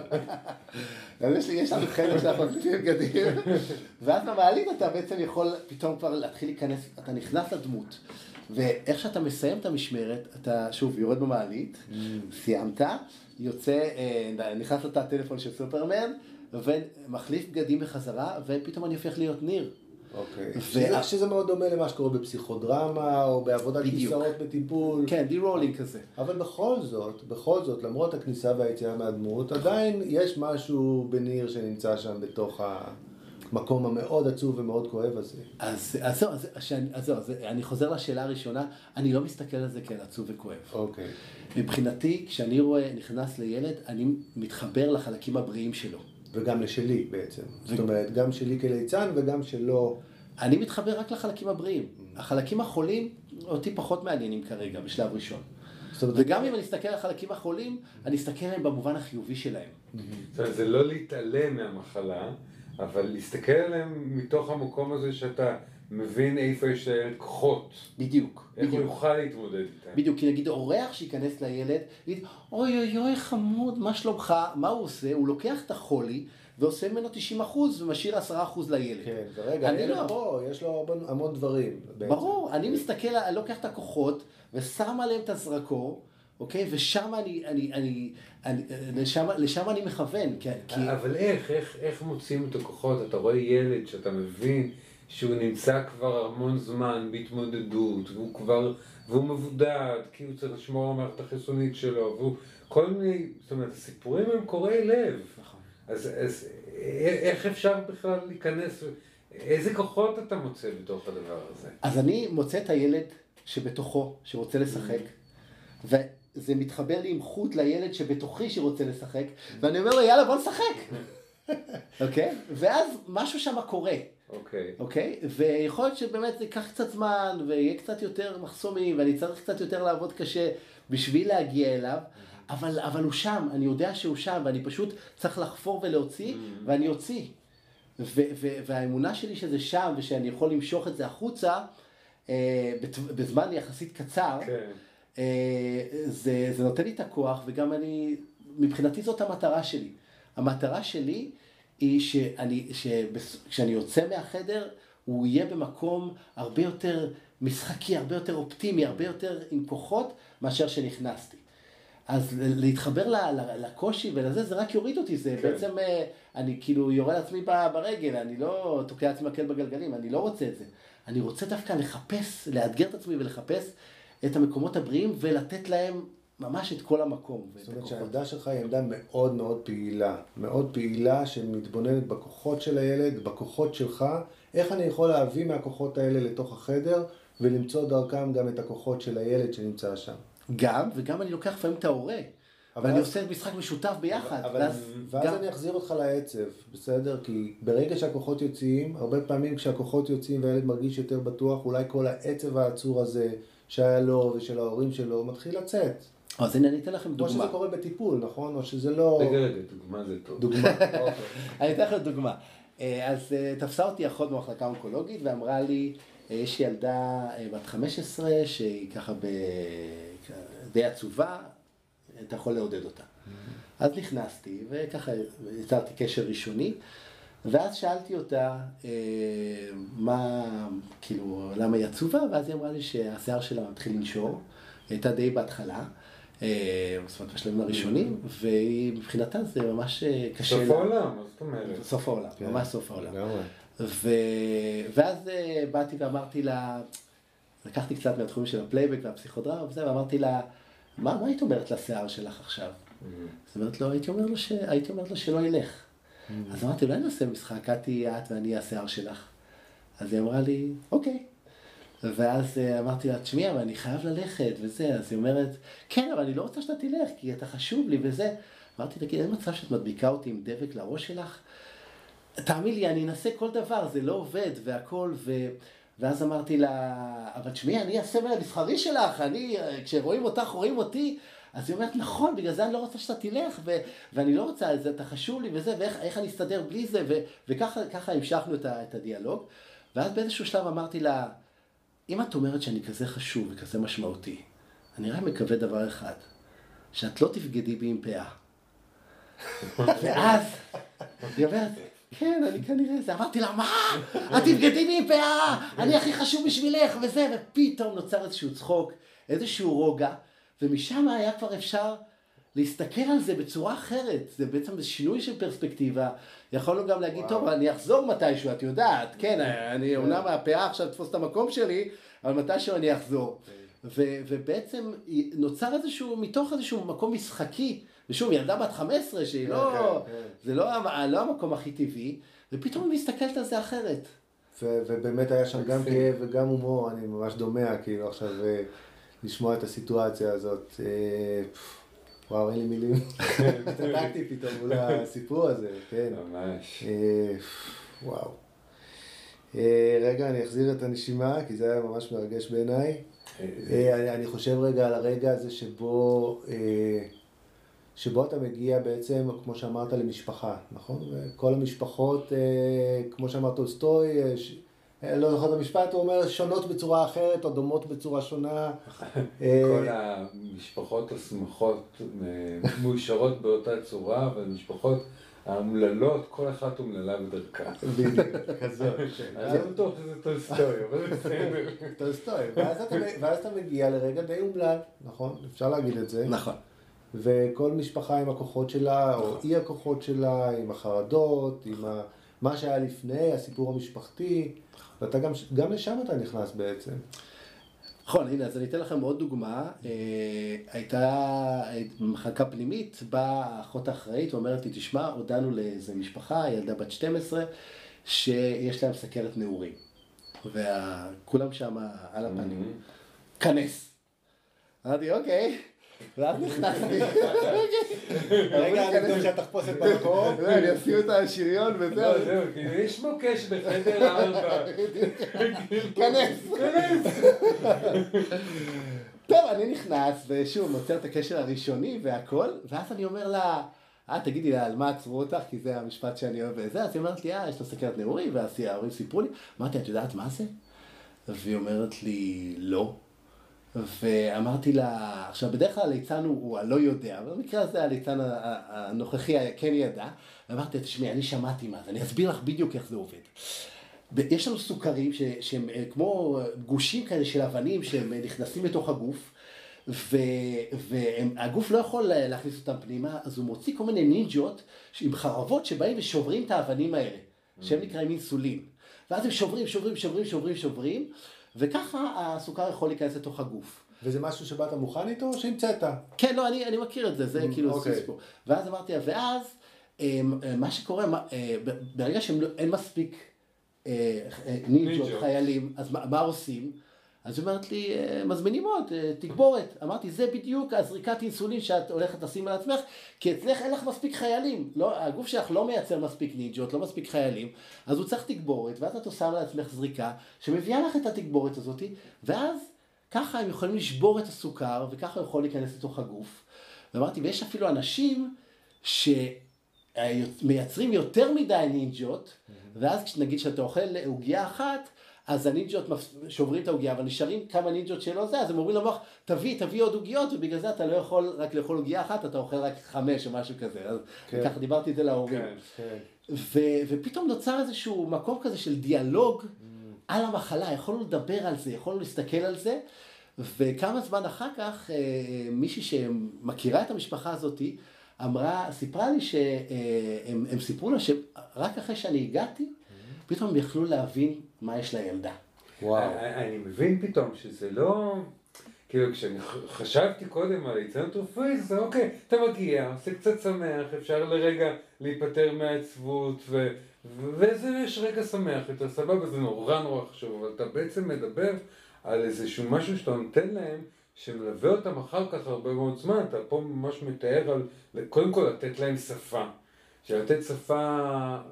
יש לנו חלק שאנחנו מחליפים בגדים, ואז במעלית אתה בעצם יכול פתאום כבר להתחיל להיכנס, אתה נכנס לדמות. ואיך שאתה מסיים את המשמרת, אתה שוב יורד במעלית, סיימת, יוצא, נכנס לתא הטלפון של סופרמן, ומחליף בגדים בחזרה, ופתאום אני הופך להיות ניר. אוקיי. שזה, שזה מאוד דומה למה שקורה בפסיכודרמה, או בעבודת כיסאות בטיפול. כן, די-רולינג כזה. אבל בכל זאת, בכל זאת, למרות הכניסה והיציאה מהדמות, עדיין יש משהו בניר שנמצא שם בתוך המקום המאוד עצוב ומאוד כואב הזה. אז, אז זהו, אז, אז, אז, אני חוזר לשאלה הראשונה, אני לא מסתכל על זה כאל עצוב וכואב. אוקיי. מבחינתי, כשאני רואה, נכנס לילד, אני מתחבר לחלקים הבריאים שלו. וגם לשלי בעצם. זאת אומרת, גם שלי כליצן וגם שלו. אני מתחבר רק לחלקים הבריאים. החלקים החולים, אותי פחות מעניינים כרגע, בשלב ראשון. וגם אם אני אסתכל על החלקים החולים, אני אסתכל עליהם במובן החיובי שלהם. זאת אומרת, זה לא להתעלם מהמחלה, אבל להסתכל עליהם מתוך המקום הזה שאתה מבין איפה יש כוחות. בדיוק. איך הוא יוכל להתמודד איתם. בדיוק, כי נגיד אורח שיכנס לילד, יגיד, אוי אוי אוי חמוד, מה שלומך? מה הוא עושה? הוא לוקח את החולי ועושה ממנו תשעים אחוז ומשאיר עשרה אחוז לילד. כן, ורגע, ילד פה, יש לו המון דברים. ברור, אני מסתכל, אני לוקח את הכוחות ושם עליהם את הזרקור, אוקיי? ושם אני, אני, אני, אני, לשם, לשם אני מכוון. כי... אבל איך, איך, איך מוצאים את הכוחות? אתה רואה ילד שאתה מבין שהוא נמצא כבר המון זמן בהתמודדות, והוא כבר, והוא מבודד, כי הוא צריך לשמור על המערכת החיסונית שלו, והוא, כל מיני, זאת אומרת, הסיפורים הם קורעי לב. נכון. אז, אז איך אפשר בכלל להיכנס, איזה כוחות אתה מוצא בתוך הדבר הזה? אז אני מוצא את הילד שבתוכו, שרוצה לשחק, וזה מתחבר לי עם חוט לילד שבתוכי שרוצה לשחק, ואני אומר לו, יאללה, בוא נשחק. אוקיי? ואז משהו שם קורה. אוקיי. אוקיי? ויכול להיות שבאמת זה ייקח קצת זמן, ויהיה קצת יותר מחסומים, ואני צריך קצת יותר לעבוד קשה בשביל להגיע אליו, אבל, אבל הוא שם, אני יודע שהוא שם, ואני פשוט צריך לחפור ולהוציא, ואני אוציא. ו- ו- והאמונה שלי שזה שם, ושאני יכול למשוך את זה החוצה, אה, בזמן יחסית קצר, כן. אה, זה, זה נותן לי את הכוח, וגם אני, מבחינתי זאת המטרה שלי. המטרה שלי היא שאני, שכשאני יוצא מהחדר, הוא יהיה במקום הרבה יותר משחקי, הרבה יותר אופטימי, הרבה יותר עם כוחות מאשר שנכנסתי. אז להתחבר לקושי ולזה, זה רק יוריד אותי, זה בעצם, אני כאילו יורה לעצמי ברגל, אני לא תוקע לעצמי מקל בגלגלים, אני לא רוצה את זה. אני רוצה דווקא לחפש, לאתגר את עצמי ולחפש את המקומות הבריאים ולתת להם ממש את כל המקום. זאת אומרת שהעמדה שלך היא עמדה מאוד מאוד פעילה, מאוד פעילה שמתבוננת בכוחות של הילד, בכוחות שלך, איך אני יכול להביא מהכוחות האלה לתוך החדר ולמצוא דרכם גם את הכוחות של הילד שנמצא שם. גם, וגם אני לוקח לפעמים את ההורה, ואני עושה משחק משותף ביחד. ואז אני אחזיר אותך לעצב, בסדר? כי ברגע שהכוחות יוצאים, הרבה פעמים כשהכוחות יוצאים והילד מרגיש יותר בטוח, אולי כל העצב העצור הזה שהיה לו ושל ההורים שלו מתחיל לצאת. אז הנה אני אתן לכם דוגמה. או שזה קורה בטיפול, נכון? או שזה לא... רגע, רגע, דוגמה זה טוב. דוגמה. אני אתן לכם דוגמה. אז תפסה אותי אחות במחלקה אונקולוגית ואמרה לי, יש לי ילדה בת חמש עשרה שהיא ככה די עצובה, אתה יכול לעודד אותה. אז נכנסתי וככה יצרתי קשר ראשוני, ואז שאלתי אותה מה, כאילו, למה היא עצובה, ואז היא אמרה לי שהשיער שלה מתחיל לנשור, היא הייתה די בהתחלה, זאת אומרת, בשלבים הראשונים, ומבחינתה זה ממש קשה לה. סוף העולם, מה זאת אומרת? סוף העולם, ממש סוף העולם. ו... ואז באתי ואמרתי לה, לקחתי קצת מהתחומים של הפלייבק והפסיכודרמה וזה, ואמרתי לה, מה, מה היית אומרת לשיער שלך עכשיו? זאת אומרת לו, הייתי אומרת לו, ש... הייתי אומרת לו שלא ילך. אז אמרתי, אולי נעשה משחק, את ואני השיער שלך. אז היא אמרה לי, אוקיי. ואז אמרתי לה, תשמעי, אבל אני חייב ללכת וזה. אז היא אומרת, כן, אבל אני לא רוצה שאתה תלך, כי אתה חשוב לי וזה. אמרתי, תגיד, אין מצב שאת מדביקה אותי עם דבק לראש שלך? תאמין לי, אני אנסה כל דבר, זה לא עובד והכל, ו... ואז אמרתי לה, אבל תשמעי, אני הסמל המסחרי שלך, אני, כשרואים אותך, רואים אותי, אז היא אומרת, נכון, בגלל זה אני לא רוצה שאתה תלך, ו... ואני לא רוצה את זה, אתה חשוב לי וזה, ואיך איך אני אסתדר בלי זה, ו... וככה ככה המשכנו את, ה... את הדיאלוג, ואז באיזשהו שלב אמרתי לה, אם את אומרת שאני כזה חשוב וכזה משמעותי, אני רק מקווה דבר אחד, שאת לא תפגדי בי עם פאה. ואז, היא אומרת, כן, אני כנראה זה. אמרתי לה, מה? את תבגדי בי עם פאה, אני הכי חשוב בשבילך, וזה, ופתאום נוצר איזשהו צחוק, איזשהו רוגע, ומשם היה כבר אפשר להסתכל על זה בצורה אחרת. זה בעצם שינוי של פרספקטיבה. יכולנו גם להגיד, טוב, אני אחזור מתישהו, את יודעת, כן, אני אומנם הפאה עכשיו תפוס את המקום שלי, אבל מתישהו אני אחזור. ובעצם נוצר איזשהו, מתוך איזשהו מקום משחקי, ושוב, ילדה בת חמש עשרה שהיא לא, זה לא המקום הכי טבעי, ופתאום היא מסתכלת על זה אחרת. ובאמת היה שם גם כאב וגם הומור, אני ממש דומע, כאילו עכשיו לשמוע את הסיטואציה הזאת. וואו, אין לי מילים. הסתדקתי פתאום מול הסיפור הזה, כן. ממש. וואו. רגע, אני אחזיר את הנשימה, כי זה היה ממש מרגש בעיניי. אני חושב רגע על הרגע הזה שבו... שבו אתה מגיע בעצם, כמו שאמרת, למשפחה, נכון? וכל המשפחות, כמו שאמר טולסטוי, לא זוכר את המשפט, הוא אומר שונות בצורה אחרת או דומות בצורה שונה. כל המשפחות השמחות מאושרות באותה צורה, והמשפחות האומללות, כל אחת אומללה בדרכה. בדיוק, כזאת. אני לא בטוח שזה טולסטוי, אבל בסדר. טולסטוי, ואז אתה מגיע לרגע די אומלל, נכון? אפשר להגיד את זה. נכון. וכל משפחה עם הכוחות שלה, או אי הכוחות שלה, עם החרדות, עם מה שהיה לפני, הסיפור המשפחתי, ואתה גם, גם לשם אתה נכנס בעצם. נכון, הנה, אז אני אתן לכם עוד דוגמה. הייתה מחלקה פנימית, באה האחות האחראית ואומרת לי, תשמע, הודענו לאיזה משפחה, ילדה בת שתים עשרה, שיש להם סכרת נעורים. וכולם שם על הפנים. כנס. אמרתי, אוקיי. ואז נכנסתי. רגע, אני חושב שהתחפושת במקום. אני אשים את השריון וזהו. לא, זהו, כי יש מוקש בחדר ארבע. כנס. כנס. טוב, אני נכנס, ושוב, מוצא את הקשר הראשוני והכל, ואז אני אומר לה, אה, תגידי לה, על מה עצרו אותך? כי זה המשפט שאני אוהב וזה. אז היא אומרת לי, אה, יש לו סכרת נעורים, וההורים סיפרו לי. אמרתי, את יודעת מה זה? והיא אומרת לי, לא. ואמרתי לה, עכשיו בדרך כלל הליצן הוא הלא יודע, אבל במקרה הזה הליצן הנוכחי כן ידע, ואמרתי לה, תשמעי, אני שמעתי מה זה, אני אסביר לך בדיוק איך זה עובד. יש לנו סוכרים ש, שהם כמו גושים כאלה של אבנים שהם נכנסים לתוך הגוף, והגוף לא יכול להכניס אותם פנימה, אז הוא מוציא כל מיני נינג'ות עם חרבות שבאים ושוברים את האבנים האלה, שהם נקראים אינסולין. ואז הם שוברים, שוברים, שוברים, שוברים, שוברים, וככה הסוכר יכול להיכנס לתוך הגוף. וזה משהו שבאת מוכן איתו או שהמצאת? כן, לא, אני, אני מכיר את זה, זה כאילו אוקיי. סיספור. ואז אמרתי, ואז מה שקורה, ברגע שאין מספיק נינג'ות, חיילים, אז מה, מה עושים? אז היא אומרת לי, מזמינים עוד, תגבורת. אמרתי, זה בדיוק הזריקת אינסולין שאת הולכת לשים על עצמך, כי אצלך אין לך מספיק חיילים. לא, הגוף שלך לא מייצר מספיק נינג'ות, לא מספיק חיילים, אז הוא צריך תגבורת, ואז את עושה על עצמך זריקה, שמביאה לך את התגבורת הזאת, ואז ככה הם יכולים לשבור את הסוכר, וככה הוא יכול להיכנס לתוך הגוף. ואמרתי, ויש אפילו אנשים שמייצרים יותר מדי נינג'ות, ואז נגיד שאתה אוכל עוגיה אחת, אז הנינג'ות שוברים את העוגיה, אבל נשארים כמה נינג'ות שלא זה, אז הם אומרים למוח, תביא, תביא עוד עוגיות, ובגלל זה אתה לא יכול רק לאכול עוגיה אחת, אתה אוכל רק חמש או משהו כזה. אז כן. ככה דיברתי את זה להורים. כן, כן. ו- ופתאום נוצר איזשהו מקום כזה של דיאלוג mm. על המחלה, יכולנו לדבר על זה, יכולנו להסתכל על זה, וכמה זמן אחר כך, מישהי שמכירה את המשפחה הזאת, אמרה, סיפרה לי שהם הם סיפרו לה שרק אחרי שאני הגעתי, פתאום הם יכלו להבין מה יש לילדה. וואו. אני מבין פתאום שזה לא... כאילו כשאני חשבתי קודם על היצנות רפואית, זה אוקיי, אתה מגיע, עושה קצת שמח, אפשר לרגע להיפטר מהעצבות, ו... וזה יש רגע שמח יותר, סבבה, זה נורא נורא חשוב, אבל אתה בעצם מדבר על איזשהו משהו שאתה נותן להם, שמלווה אותם אחר כך הרבה מאוד זמן, אתה פה ממש מתאר על, קודם כל לתת להם שפה, שלתת שפה...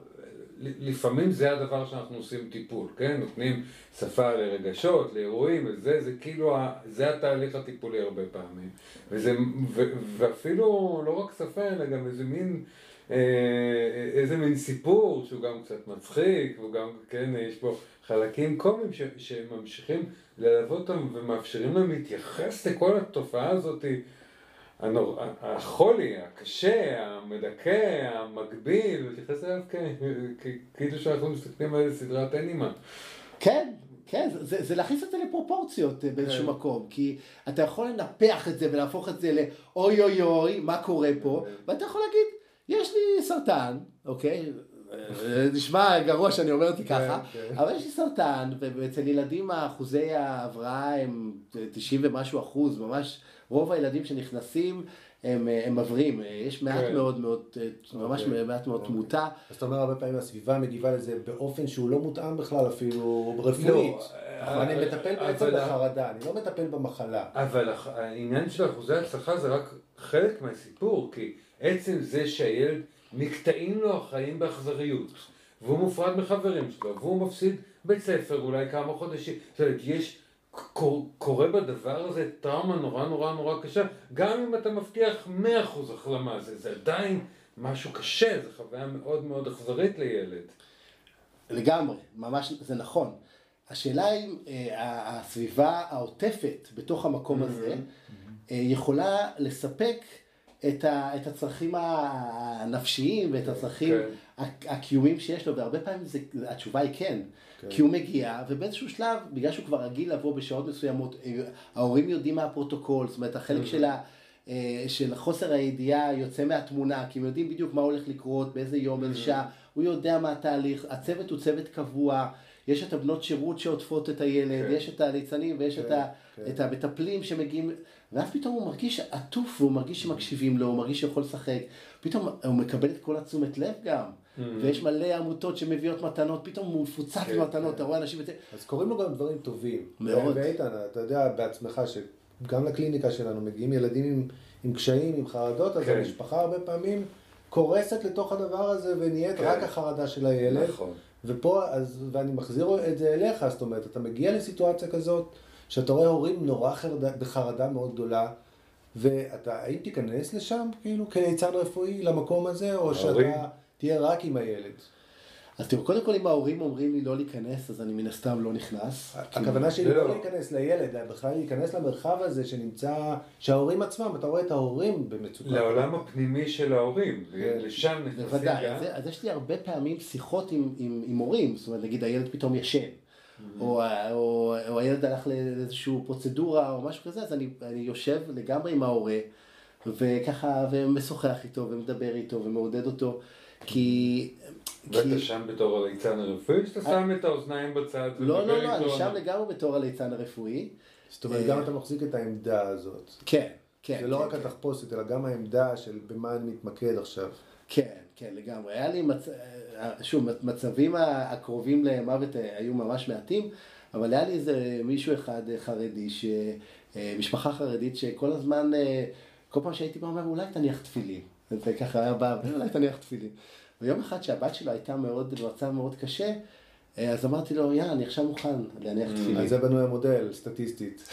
לפעמים זה הדבר שאנחנו עושים טיפול, כן? נותנים שפה לרגשות, לאירועים, וזה, זה כאילו, זה התהליך הטיפולי הרבה פעמים. וזה, ו, ואפילו לא רק שפה, אלא גם איזה מין, אה, איזה מין סיפור שהוא גם קצת מצחיק, וגם, כן, יש פה חלקים קומיים ש, שממשיכים ללוות אותם ומאפשרים להם להתייחס לכל התופעה הזאת, הנור... החולי, הקשה, המדכא, המגביל, ולהתייחס אליו כאילו שאנחנו מסתכלים על איזה סדרת אנימה. כן, כן, זה, זה להכניס את זה לפרופורציות באיזשהו כן. מקום, כי אתה יכול לנפח את זה ולהפוך את זה לאוי אוי אוי, מה קורה פה, ואתה יכול להגיד, יש לי סרטן, אוקיי? נשמע גרוע שאני אומר אותי ככה, אבל יש לי סרטן, ואצל ילדים האחוזי ההבראה הם תשעים ומשהו אחוז, ממש רוב הילדים שנכנסים הם, הם מבריאים, יש מעט מאוד מאוד, ממש מעט מאוד תמותה. אז אתה אומר הרבה פעמים הסביבה מגיבה לזה באופן שהוא לא מותאם בכלל אפילו רפואית. אני מטפל בעצם בחרדה, אני לא מטפל במחלה. אבל העניין של אחוזי ההצלחה זה רק חלק מהסיפור, כי עצם זה שהילד נקטעים לו החיים באכזריות, והוא מופרד מחברים שלו, והוא מפסיד בית ספר אולי כמה חודשים, זאת אומרת, יש, קורה בדבר הזה טראומה נורא נורא נורא קשה, גם אם אתה מבטיח מאה אחוז החלמה, זה, זה עדיין משהו קשה, זה חוויה מאוד מאוד אכזרית לילד. לגמרי, ממש, זה נכון. השאלה אם אה, הסביבה העוטפת בתוך המקום הזה, אה, יכולה לספק את, ה, את הצרכים הנפשיים ואת הצרכים כן. הקיומיים שיש לו, והרבה פעמים זה, התשובה היא כן, כן. כי הוא מגיע, ובאיזשהו שלב, בגלל שהוא כבר רגיל לבוא בשעות מסוימות, ההורים יודעים מה הפרוטוקול, זאת אומרת, החלק של, ה, של חוסר הידיעה יוצא מהתמונה, כי הם יודעים בדיוק מה הולך לקרות, באיזה יום, באיזה שעה, הוא יודע מה התהליך, הצוות הוא צוות קבוע, יש את הבנות שירות שעוטפות את הילד, כן. יש את הליצנים ויש כן, את, ה, כן. את המטפלים שמגיעים, ואז פתאום הוא מרגיש עטוף, והוא מרגיש שמקשיבים לו, הוא מרגיש שיכול לשחק, פתאום הוא מקבל את כל התשומת לב גם, mm-hmm. ויש מלא עמותות שמביאות מתנות, פתאום הוא מפוצץ כן, במתנות, כן. אתה רואה אנשים... אז קוראים לו גם דברים טובים. מאוד. ואיתן, אתה יודע בעצמך שגם לקליניקה שלנו מגיעים ילדים עם, עם קשיים, עם חרדות, אז כן. המשפחה הרבה פעמים קורסת לתוך הדבר הזה, ונהיית כן. רק החרדה של הילד. נכון. ופה, אז, ואני מחזיר את זה אליך, זאת אומרת, אתה מגיע לסיטואציה כזאת, שאתה רואה הורים נורא חרדה, בחרדה מאוד גדולה, ואתה, האם תיכנס לשם, כאילו, כליצן רפואי, למקום הזה, או ההורים... שאתה תהיה רק עם הילד? אז תראו, קודם כל אם ההורים אומרים לי לא להיכנס, אז אני מן הסתם לא נכנס. הכוונה שלי לא להיכנס לילד, בכלל להיכנס למרחב הזה שנמצא, שההורים עצמם, אתה רואה את ההורים במצוקה. לעולם הפנימי של ההורים, לשם נכנסים. בוודאי, אז יש לי הרבה פעמים שיחות עם הורים, זאת אומרת, נגיד הילד פתאום ישן, או הילד הלך לאיזושהי פרוצדורה או משהו כזה, אז אני יושב לגמרי עם ההורה, וככה, ומשוחח איתו, ומדבר איתו, ומעודד אותו, כי... ואתה שם בתור הליצן הרפואי, שאתה שם את האוזניים בצד? לא, לא, לא, אני שם לגמרי בתור הליצן הרפואי. זאת אומרת, גם אתה מחזיק את העמדה הזאת. כן, כן. זה לא רק התחפושת, אלא גם העמדה של במה אני מתמקד עכשיו. כן, כן, לגמרי. היה לי, שוב, מצבים הקרובים למוות היו ממש מעטים, אבל היה לי איזה מישהו אחד חרדי, משפחה חרדית, שכל הזמן, כל פעם שהייתי בא, אומר, אולי תניח תפילין. זה ככה היה בא, אולי תניח תפילין. ויום אחד שהבת שלו הייתה מאוד, במצב מאוד קשה, אז אמרתי לו, יא, אני עכשיו מוכן להניח תפילין. על זה בנוי המודל, סטטיסטית.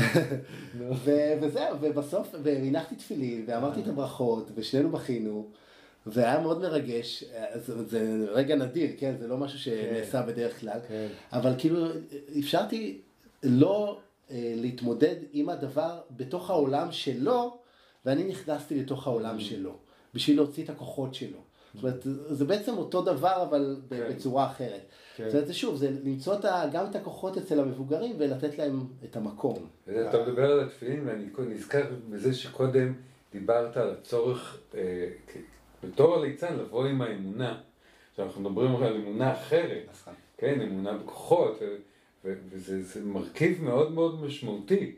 וזהו, ובסוף, והנחתי תפילין, ואמרתי את הברכות, ושנינו בכינו, והיה מאוד מרגש, זה רגע נדיר, כן? זה לא משהו שנעשה בדרך כלל, אבל כאילו, אפשרתי לא להתמודד עם הדבר בתוך העולם שלו, ואני נכנסתי לתוך העולם שלו, בשביל להוציא את הכוחות שלו. זאת אומרת, זה בעצם אותו דבר, אבל בצורה אחרת. זאת אומרת, זה שוב, זה למצוא גם את הכוחות אצל המבוגרים, ולתת להם את המקום. אתה מדבר על התפילין, ואני נזכר בזה שקודם דיברת על הצורך, בתור הליצן, לבוא עם האמונה. שאנחנו מדברים על אמונה אחרת, כן, אמונה בכוחות, וזה מרכיב מאוד מאוד משמעותי.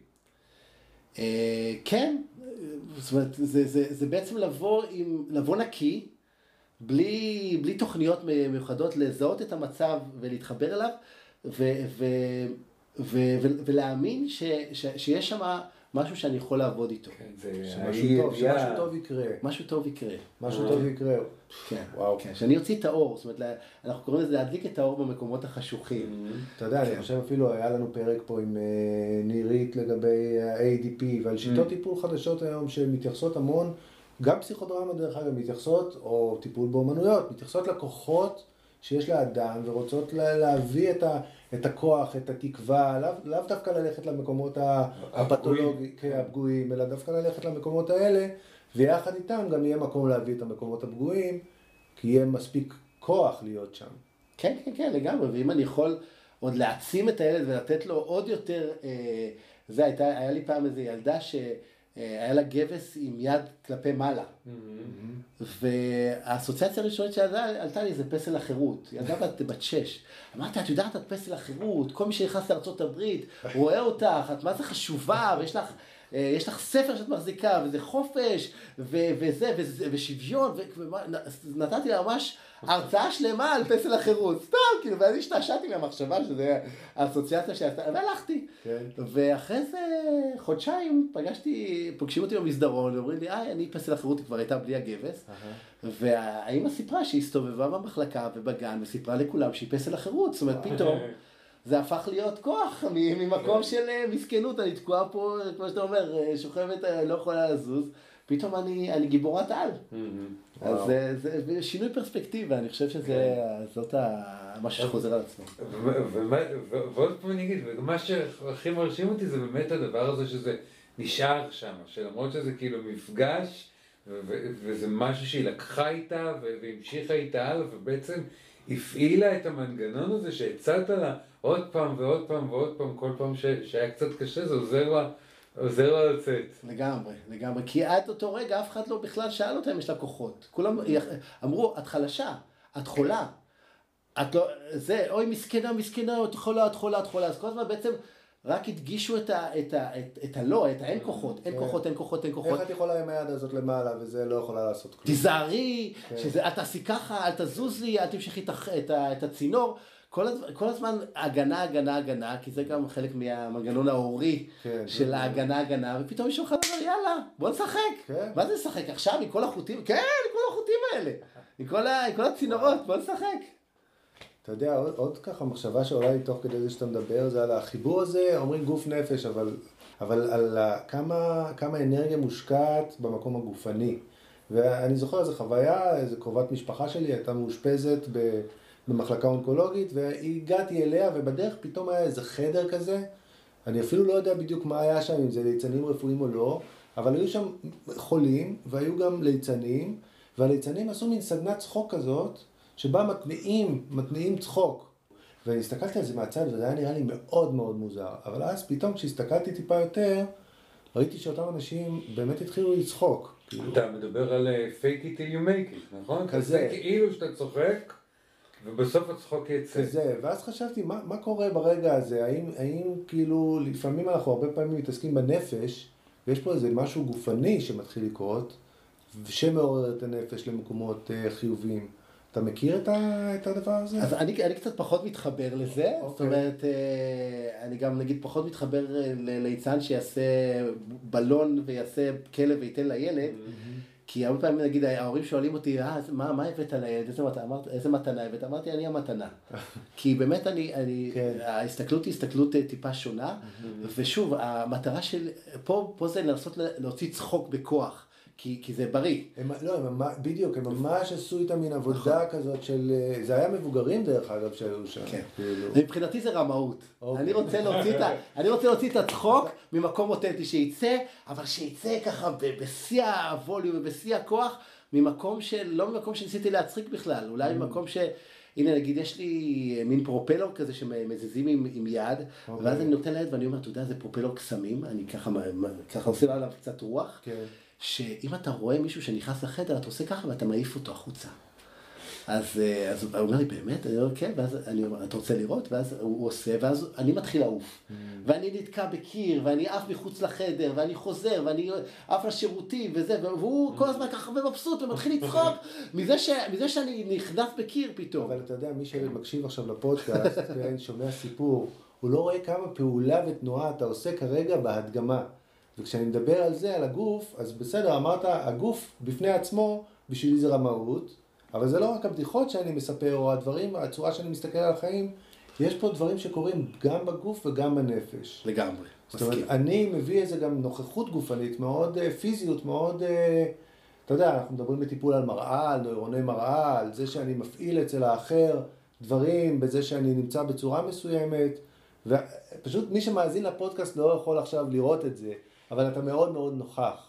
כן, זאת אומרת, זה בעצם לבוא נקי, בלי, בלי תוכניות מיוחדות, לזהות את המצב ולהתחבר אליו, ו, ו, ו, ו, ולהאמין ש, ש, שיש שם משהו שאני יכול לעבוד איתו. כן, זה שמשהו טוב, שמשהו טוב יקרה. משהו טוב יקרה. משהו טוב יקרה. כן, וואו. כן, שאני אוציא את האור, זאת אומרת, אנחנו קוראים לזה להדליק את האור במקומות החשוכים. אתה יודע, אני חושב אפילו, היה לנו פרק פה עם נירית לגבי ה-איי די פי, ועל שיטות טיפול חדשות היום שמתייחסות המון, גם פסיכודרמה דרך אגב מתייחסות, או טיפול באומנויות, מתייחסות לקוחות שיש לאדם ורוצות להביא את, ה, את הכוח, את התקווה, לאו, לאו דווקא ללכת למקומות הפתולוגיים, הפגועים, אלא דווקא ללכת למקומות האלה, ויחד איתם גם יהיה מקום להביא את המקומות הפגועים, כי יהיה מספיק כוח להיות שם. כן, כן, כן, לגמרי, ואם אני יכול עוד להעצים את הילד ולתת לו עוד יותר, אה, זה הייתה, היה לי פעם איזו ילדה ש... היה לה גבס עם יד כלפי מעלה. והאסוציאציה הראשונית שעלתה לי זה פסל החירות. ילדה בת, בת שש. אמרתי, את יודעת, את פסל החירות, כל מי שנכנס לארצות הברית רואה אותך, את מה זה חשובה, ויש לך, יש לך ספר שאת מחזיקה, וזה חופש, ו- וזה, וזה, ושוויון, ונתתי לה ממש הרצאה שלמה על פסל החירות. סתם, כאילו, ואני השתעשעתי מהמחשבה שזה האסוציאציה שעשתה, והלכתי. כן. ואחרי זה חודשיים פגשתי, פוגשים אותי במסדרון, ואומרים לי, איי, אני פסל החירות, היא כבר הייתה בלי הגבס. והאמא סיפרה שהיא הסתובבה במחלקה ובגן, וסיפרה לכולם שהיא פסל החירות. זאת אומרת, פתאום זה הפך להיות כוח ממקום של מסכנות, אני תקועה פה, כמו שאתה אומר, שוכבת, לא יכולה לזוז. פתאום אני, אני גיבורת על. אז זה, זה שינוי פרספקטיבה, אני חושב שזה, זאת משהו שחוזר על עצמו. ועוד פעם אני אגיד, ומה שהכי מרשים אותי זה באמת הדבר הזה שזה נשאר שם, שלמרות שזה כאילו מפגש, וזה משהו שהיא לקחה איתה והמשיכה איתה הלאה, ובעצם הפעילה את המנגנון הזה שהצעת לה עוד פעם ועוד פעם ועוד פעם, כל פעם שהיה קצת קשה, זה עוזר לה. עוזר לה לצאת. לגמרי, לגמרי. כי עד אותו רגע אף אחד לא בכלל שאל אותה אם יש לה כוחות. כולם אמרו, את חלשה, את חולה. את לא, זה, אוי מסכנה, מסכנה, את חולה, את חולה, את חולה. אז כל הזמן בעצם רק הדגישו את ה, את ה, את, את הלא, את האין כוחות. אין כוחות, אין כוחות, אין כוחות. איך את יכולה עם היד הזאת למעלה וזה לא יכולה לעשות כלום? תיזהרי, שזה, את תעשי ככה, אל תזוזי, אל תמשכי את הצינור. כל, הז... כל הזמן הגנה, הגנה, הגנה, כי זה גם חלק מהמנגנון ההורי כן, של כן. ההגנה, הגנה, ופתאום מישהו אחד אומר, יאללה, בוא נשחק. כן. מה זה נשחק? עכשיו עם כל החוטים? כן, עם כל החוטים האלה. עם כל, ה... עם כל הצינורות, בוא נשחק. אתה יודע, עוד, עוד ככה מחשבה שעולה לי תוך כדי זה שאתה מדבר, זה על החיבור הזה, אומרים גוף נפש, אבל, אבל על כמה, כמה אנרגיה מושקעת במקום הגופני. ואני זוכר איזו חוויה, איזו קרובת משפחה שלי, הייתה מאושפזת ב... במחלקה אונקולוגית, והגעתי אליה, ובדרך פתאום היה איזה חדר כזה, אני אפילו לא יודע בדיוק מה היה שם, אם זה ליצנים רפואיים או לא, אבל היו שם חולים, והיו גם ליצנים, והליצנים עשו מין סדנת צחוק כזאת, שבה מתניעים, מתניעים צחוק. ואני הסתכלתי על זה מהצד, וזה היה נראה לי מאוד מאוד מוזר. אבל אז פתאום כשהסתכלתי טיפה יותר, ראיתי שאותם אנשים באמת התחילו לצחוק. אתה מדבר על fake it till you make it, נכון? כזה. כאילו שאתה צוחק, ובסוף הצחוק יצא. כזה, ואז חשבתי, מה, מה קורה ברגע הזה? האם, האם כאילו, לפעמים אנחנו הרבה פעמים מתעסקים בנפש, ויש פה איזה משהו גופני שמתחיל לקרות, שמעורר את הנפש למקומות uh, חיוביים. אתה מכיר את, ה, את הדבר הזה? אז אני, אני קצת פחות מתחבר לזה, okay. זאת אומרת, אני גם נגיד פחות מתחבר לליצן שיעשה בלון ויעשה כלב וייתן לילד, mm-hmm. כי הרבה פעמים נגיד ההורים שואלים אותי, אה, מה, מה הבאת לילד? איזה, אמרת, איזה מתנה הבאת? אמרתי, אני המתנה. כי באמת אני, אני, כן. ההסתכלות היא הסתכלות טיפה שונה, mm-hmm. ושוב, המטרה של, פה, פה זה לנסות להוציא צחוק בכוח. כי, כי זה בריא. הם, לא, הם, בדיוק, הם ממש עשו איתם מין עבודה כזאת של... זה היה מבוגרים דרך אגב שהיו שם. כן. מבחינתי זה רמאות. אני רוצה להוציא את ה... אני רוצה להוציא את הצחוק ממקום אותנטי שיצא, אבל שיצא ככה בשיא הווליום ובשיא הכוח, ממקום של... לא ממקום שניסיתי להצחיק בכלל, אולי ממקום ש... הנה נגיד יש לי מין פרופלור כזה שמזיזים עם, עם יד, okay. ואז אני נותן ליד ואני אומר, אתה יודע, זה פרופלור קסמים, אני ככה, ככה עושה עליו קצת רוח. כן. Okay. שאם אתה רואה מישהו שנכנס לחדר, אתה עושה ככה ואתה מעיף אותו החוצה. אז, אז הוא אומר לי, באמת? אני אומר, כן, ואז אני אומר, אתה רוצה לראות? ואז הוא עושה, ואז אני מתחיל לעוף. Mm. ואני נתקע בקיר, ואני עף מחוץ לחדר, ואני חוזר, ואני עף לשירותים, וזה, והוא mm. כל הזמן ככה מבסוט, ומתחיל לצחוק, מזה, ש, מזה שאני נכנס בקיר פתאום. אבל אתה יודע, מי שמקשיב עכשיו לפודקאסט, שומע סיפור, הוא לא רואה כמה פעולה ותנועה אתה עושה כרגע בהדגמה. וכשאני מדבר על זה, על הגוף, אז בסדר, אמרת, הגוף בפני עצמו, בשבילי זה רמאות, אבל זה לא רק הבדיחות שאני מספר, או הדברים, הצורה שאני מסתכל על החיים, יש פה דברים שקורים גם בגוף וגם בנפש. לגמרי, זאת אומרת, מסכים. אני מביא איזה גם נוכחות גופנית, מאוד פיזיות, מאוד, אתה יודע, אנחנו מדברים בטיפול על מראה, על נוירוני מראה, על זה שאני מפעיל אצל האחר דברים, בזה שאני נמצא בצורה מסוימת, ופשוט מי שמאזין לפודקאסט לא יכול עכשיו לראות את זה, אבל אתה מאוד מאוד נוכח.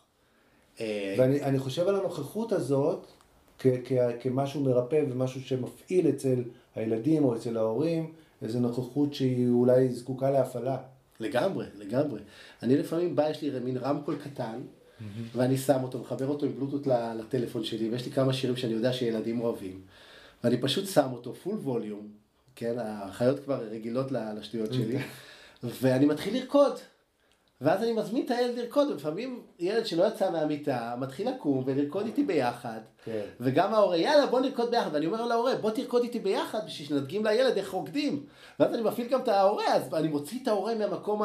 ואני אני חושב על הנוכחות הזאת כ- כ- כמשהו מרפא ומשהו שמפעיל אצל הילדים או אצל ההורים, איזו נוכחות שהיא אולי זקוקה להפעלה. לגמרי, לגמרי. אני לפעמים בא, יש לי מין רמקול קטן, mm-hmm. ואני שם אותו, מחבר אותו עם בלוטות לטלפון שלי, ויש לי כמה שירים שאני יודע שילדים אוהבים, ואני פשוט שם אותו פול ווליום, כן, החיות כבר רגילות לשטויות שלי, ואני מתחיל לרקוד. ואז אני מזמין את הילד לרקוד, ולפעמים ילד שלא יצא מהמיטה, מתחיל לקום ולרקוד איתי ביחד, כן. וגם ההורה, יאללה בוא נרקוד ביחד, ואני אומר להורה, בוא תרקוד איתי ביחד, בשביל שנדגים לילד איך רוקדים, ואז אני מפעיל גם את ההורה, אז אני מוציא את ההורה מהמקום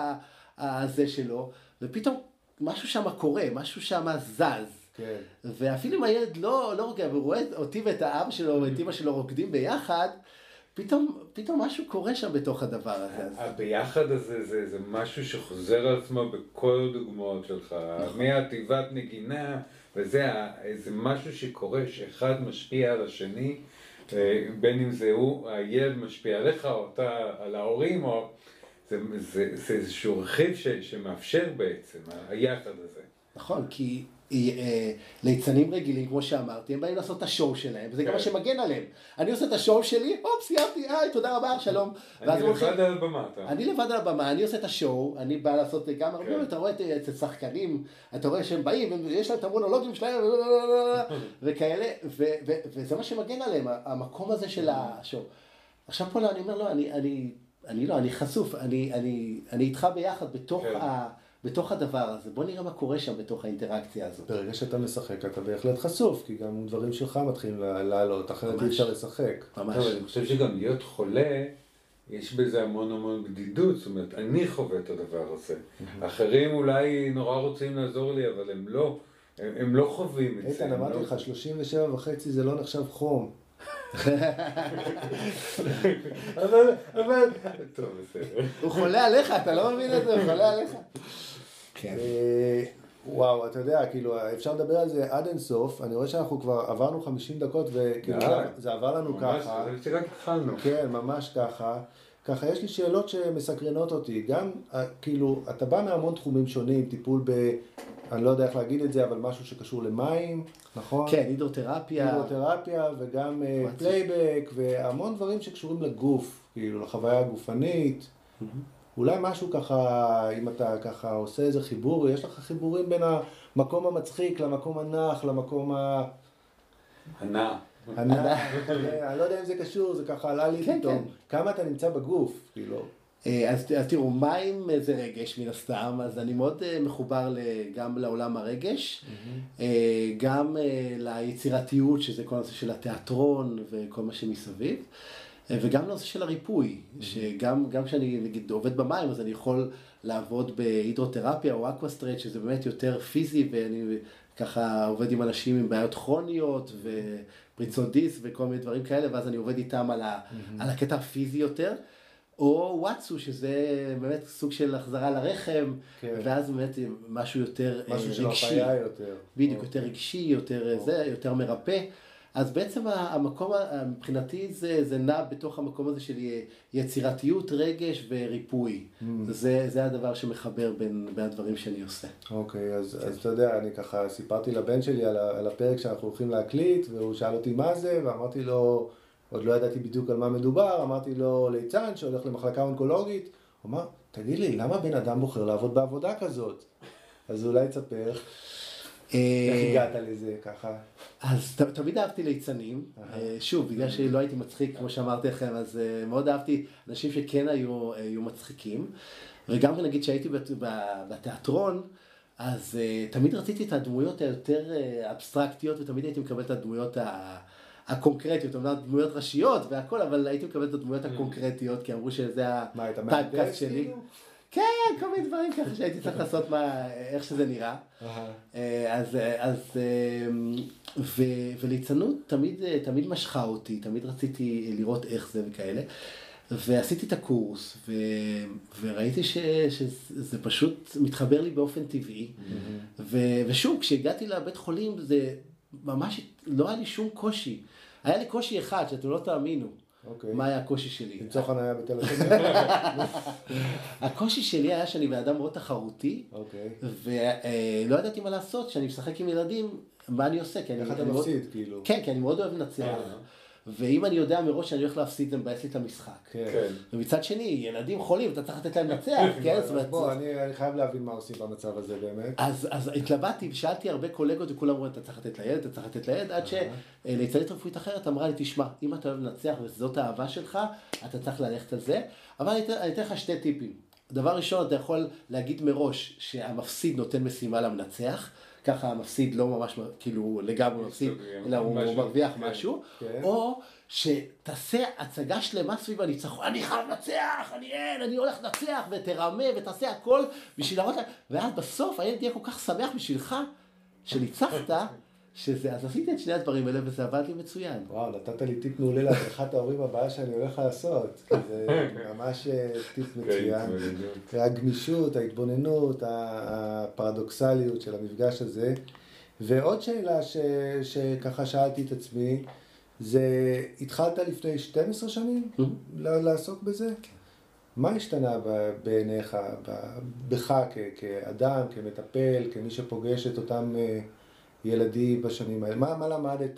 הזה שלו, ופתאום משהו שם קורה, משהו שם זז, כן. ואפילו אם הילד לא, לא רוקד, והוא רואה אותי ואת האבא שלו ואת אמא שלו רוקדים ביחד, פתאום, פתאום משהו קורה שם בתוך הדבר הזה. הביחד הזה זה, זה משהו שחוזר על עצמו בכל הדוגמאות שלך. מהטבעת נגינה, וזה זה משהו שקורה, שאחד משפיע על השני, בין אם זה הוא, הילד משפיע עליך, או אתה על ההורים, או... זה, זה, זה איזשהו רכיב ש, שמאפשר בעצם, היחד הזה. נכון, כי... ליצנים רגילים, כמו שאמרתי, הם באים לעשות את השואו שלהם, וזה גם מה שמגן עליהם. אני עושה את השואו שלי, הופ, סיימתי, היי, תודה רבה, שלום. אני לבד על הבמה. אני לבד על הבמה, אני עושה את השואו, אני בא לעשות גם הרבה, אתה רואה את השחקנים, אתה רואה שהם באים, ויש להם את המונולוגים שלהם, וכאלה, וזה מה שמגן עליהם, המקום הזה של השואו. עכשיו פה אני אומר, לא, אני לא, אני חשוף, אני איתך ביחד בתוך ה... בתוך הדבר הזה, בוא נראה מה קורה שם בתוך האינטראקציה הזאת. ברגע שאתה משחק, אתה בהחלט חשוף, כי גם דברים שלך מתחילים לעלות, אחרת אי אפשר לשחק. ממש. טוב, אני חושב שגם להיות חולה, יש בזה המון המון בדידות, זאת אומרת, אני חווה את הדבר הזה. אחרים אולי נורא רוצים לעזור לי, אבל הם לא, הם, הם לא חווים את זה. איתן, אמרתי לך, שלושים ושבע וחצי זה לא נחשב חום. אבל, אבל, טוב, בסדר. הוא חולה עליך, אתה לא מבין את זה, הוא חולה עליך. כן. וואו, אתה יודע, כאילו, אפשר לדבר על זה עד אינסוף, אני רואה שאנחנו כבר עברנו חמישים דקות, וכאילו, זה עבר לנו ככה. ממש, זה רק התחלנו. כן, ממש ככה. ככה, יש לי שאלות שמסקרנות אותי, גם, כאילו, אתה בא מהמון תחומים שונים, טיפול ב... אני לא יודע איך להגיד את זה, אבל משהו שקשור למים, נכון? כן, הידרותרפיה. הידרותרפיה, וגם פלייבק, והמון דברים שקשורים לגוף, כאילו, לחוויה הגופנית. אולי משהו ככה, אם אתה ככה עושה איזה חיבור, יש לך חיבורים בין המקום המצחיק למקום הנח, למקום ה... הנע. הנע. אני לא יודע אם זה קשור, זה ככה עלה לי פתאום. כמה אתה נמצא בגוף, כאילו. אז, אז תראו, מים זה רגש מן הסתם, אז אני מאוד מחובר גם לעולם הרגש, mm-hmm. גם ליצירתיות, שזה כל הנושא של התיאטרון וכל מה שמסביב, וגם לנושא של הריפוי, mm-hmm. שגם גם כשאני נגיד עובד במים, אז אני יכול לעבוד בהידרותרפיה או אקווסטרייט, שזה באמת יותר פיזי, ואני ככה עובד עם אנשים עם בעיות כרוניות ופריצות דיסק וכל מיני דברים כאלה, ואז אני עובד איתם על, ה, mm-hmm. על הקטע הפיזי יותר. או וואטסו, שזה באמת סוג של החזרה לרחם, כן. ואז באמת משהו יותר משהו רגשי. משהו של הפעיה יותר. בדיוק, או. יותר רגשי, יותר או. זה, יותר מרפא. אז בעצם המקום, מבחינתי זה, זה נע בתוך המקום הזה של יצירתיות, רגש וריפוי. Mm. זה, זה הדבר שמחבר בין, בין הדברים שאני עושה. אוקיי, אז, אז אתה יודע, אני ככה סיפרתי לבן שלי על, על הפרק שאנחנו הולכים להקליט, והוא שאל אותי מה זה, ואמרתי לו, עוד לא ידעתי בדיוק על מה מדובר, אמרתי לו ליצן שהולך למחלקה אונקולוגית, הוא אמר, תגיד לי, למה בן אדם בוחר לעבוד בעבודה כזאת? אז אולי תספר, איך הגעת לזה ככה? אז תמיד אהבתי ליצנים, שוב, בגלל שלא הייתי מצחיק, כמו שאמרתי לכם, אז מאוד אהבתי אנשים שכן היו מצחיקים, וגם נגיד שהייתי בתיאטרון, אז תמיד רציתי את הדמויות היותר אבסטרקטיות, ותמיד הייתי מקבל את הדמויות ה... הקונקרטיות, אמנם דמויות ראשיות והכל, אבל הייתי מקבל את הדמויות הקונקרטיות, כי אמרו שזה הטייפקאסט שלי. כן, כל מיני דברים ככה שהייתי צריך לעשות איך שזה נראה. אז, אז, וליצנות תמיד משכה אותי, תמיד רציתי לראות איך זה וכאלה. ועשיתי את הקורס, וראיתי שזה פשוט מתחבר לי באופן טבעי. ושוב, כשהגעתי לבית חולים, זה ממש לא היה לי שום קושי. היה לי קושי אחד, שאתם לא תאמינו. מה היה הקושי שלי? למצוא חניה בתל אביב. הקושי שלי היה שאני בן אדם מאוד תחרותי, ולא ידעתי מה לעשות, שאני משחק עם ילדים, מה אני עושה? איך אתה מפסיד, כאילו? כן, כי אני מאוד אוהב לנצח. ואם אני יודע מראש שאני הולך להפסיד, זה מבאס לי את המשחק. כן. ומצד שני, ילדים חולים, אתה צריך לתת להם לנצח, כן? בוא, אני חייב להבין מה עושים במצב הזה באמת. אז התלבטתי, ושאלתי הרבה קולגות, וכולם אמרו, אתה צריך לתת לילד, אתה צריך לתת לילד, עד שליצנית רפואית אחרת אמרה לי, תשמע, אם אתה אוהב לנצח וזאת האהבה שלך, אתה צריך ללכת על זה. אבל אני אתן לך שתי טיפים. דבר ראשון, אתה יכול להגיד מראש שהמפסיד נותן משימה למנצח, ככה המפסיד לא ממש כאילו לגמרי מפסיד, אלא הוא מרוויח משהו, או שתעשה הצגה שלמה סביב הניצחון, אני חייב לנצח, אני אין, אני הולך לנצח, ותרמה ותעשה הכל בשביל להראות להם, ואז בסוף הילד יהיה כל כך שמח בשבילך שניצחת, שזה, אז עשיתי את שני הדברים האלה וזה עבד לי מצוין. וואו, נתת לי טיפ מעולה להדרכת ההורים הבאה שאני הולך לעשות, כי זה ממש טיפ מצוין. הגמישות, ההתבוננות, הפרדוקסליות של המפגש הזה. ועוד שאלה ש, שככה שאלתי את עצמי, זה התחלת לפני שתים עשרה שנים לעסוק בזה? מה השתנה בעיניך, בך כאדם, כמטפל, כמי שפוגש את אותם ילדים בשנים האלה? מה, מה למדת?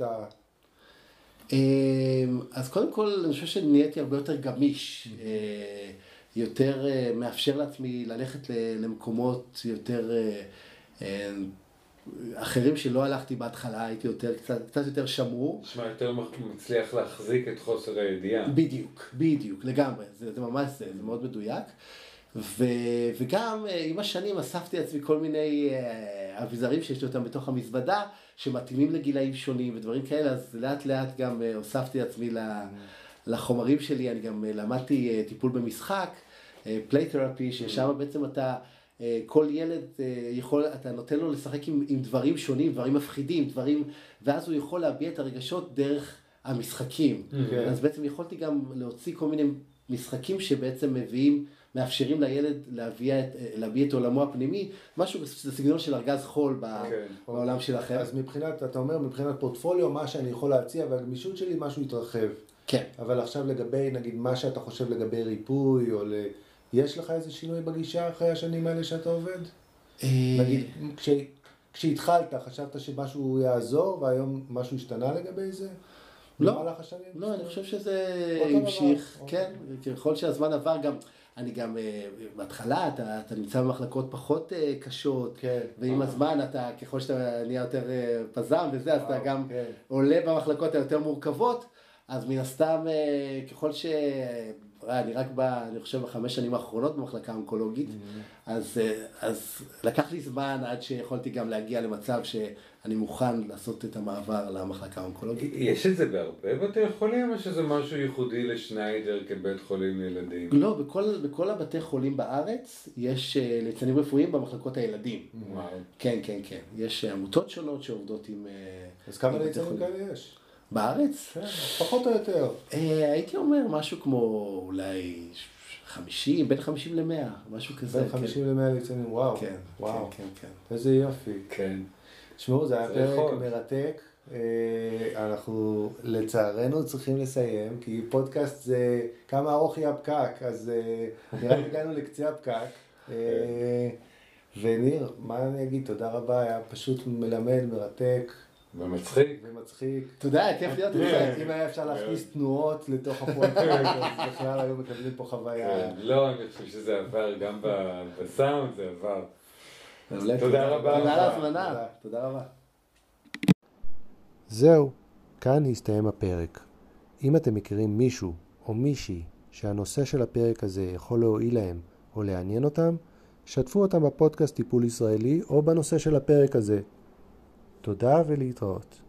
אז קודם כל, אני חושב שנהייתי הרבה יותר גמיש, יותר מאפשר לעצמי ללכת למקומות יותר אחרים שלא הלכתי בהתחלה, הייתי יותר, קצת, קצת יותר שמור. נשמע יותר מצליח להחזיק את חוסר הידיעה. בדיוק, בדיוק, לגמרי, זה, זה ממש זה, זה מאוד מדויק. ו, וגם עם השנים אספתי לעצמי כל מיני uh, אביזרים שיש לי אותם בתוך המזוודה, שמתאימים לגילאים שונים ודברים כאלה, אז לאט לאט גם uh, הוספתי לעצמי לחומרים שלי, אני גם uh, למדתי uh, טיפול במשחק, פליי תרפי, ששם בעצם אתה, uh, כל ילד uh, יכול, אתה נותן לו לשחק עם, עם דברים שונים, דברים מפחידים, דברים, ואז הוא יכול להביע את הרגשות דרך המשחקים. Mm-hmm. אז בעצם יכולתי גם להוציא כל מיני משחקים שבעצם מביאים, מאפשרים לילד להביע את, להביע את עולמו הפנימי, משהו בסגנון של ארגז חול כן. בעולם שלכם. אז מבחינת, אתה אומר, מבחינת פורטפוליו, מה שאני יכול להציע, והגמישות שלי, משהו יתרחב. כן. אבל עכשיו לגבי, נגיד, מה שאתה חושב לגבי ריפוי, או ל... יש לך איזה שינוי בגישה אחרי השנים האלה שאתה עובד? נגיד, כש... כשהתחלת, חשבת שמשהו יעזור, והיום משהו השתנה לגבי זה? לא, במהלך השנים? לא, אני חושב שזה אותו המשיך, דבר. כן, ככל שהזמן עבר גם, אני גם, אה, בהתחלה אתה, אתה נמצא במחלקות פחות אה, קשות, כן. ועם הזמן אתה, ככל שאתה נהיה יותר אה, פזם וזה, אז אתה וואו, גם כן. עולה במחלקות היותר מורכבות, אז מן הסתם, אה, ככל ש... אה, אני רק ב... אני חושב בחמש שנים האחרונות במחלקה האונקולוגית, אז, אה, אז לקח לי זמן עד שיכולתי גם להגיע למצב שאני מוכן לעשות את המעבר למחלקה האונקולוגית. יש את זה בהרבה בתי חולים, או שזה משהו ייחודי לשניידר כבית חולים לילדים? לא, בכל, בכל הבתי חולים בארץ יש אה, ליצנים רפואיים במחלקות הילדים. וואו. כן, כן, כן. יש אה, עמותות שונות שעובדות עם... אה, אז כמה עם בתי ליצנים חולים. כאלה יש? בארץ? כן, פחות או יותר. אה, הייתי אומר משהו כמו אולי חמישים, בין חמישים למאה, משהו כזה. בין חמישים למאה ליצנים, וואו. כן, וואו. כן, כן, כן. איזה יופי. כן. תשמעו, זה היה זה פרק יכול. מרתק. אה, אנחנו לצערנו צריכים לסיים, כי פודקאסט זה כמה ארוך יהיה הפקק, אז אה, נראה לי הגענו לקצה הפקק. אה, וניר, מה אני אגיד? תודה רבה, היה פשוט מלמד, מרתק ומצחיק. ומצחיק. תודה, כיף להיות איתך. אם היה אפשר להכניס תנועות לתוך הפודקאסט, אז בכלל היו מקבלים פה חוויה. כן. לא, אני חושב שזה עבר גם ב- בסאונד, זה עבר. מעולה. תודה רבה. תודה על תודה. ההזמנה. תודה רבה. זהו, כאן הסתיים הפרק. אם אתם מכירים מישהו או מישהי שהנושא של הפרק הזה יכול להועיל להם או לעניין אותם, שתפו אותם בפודקאסט טיפול ישראלי או בנושא של הפרק הזה. תודה ולהתראות.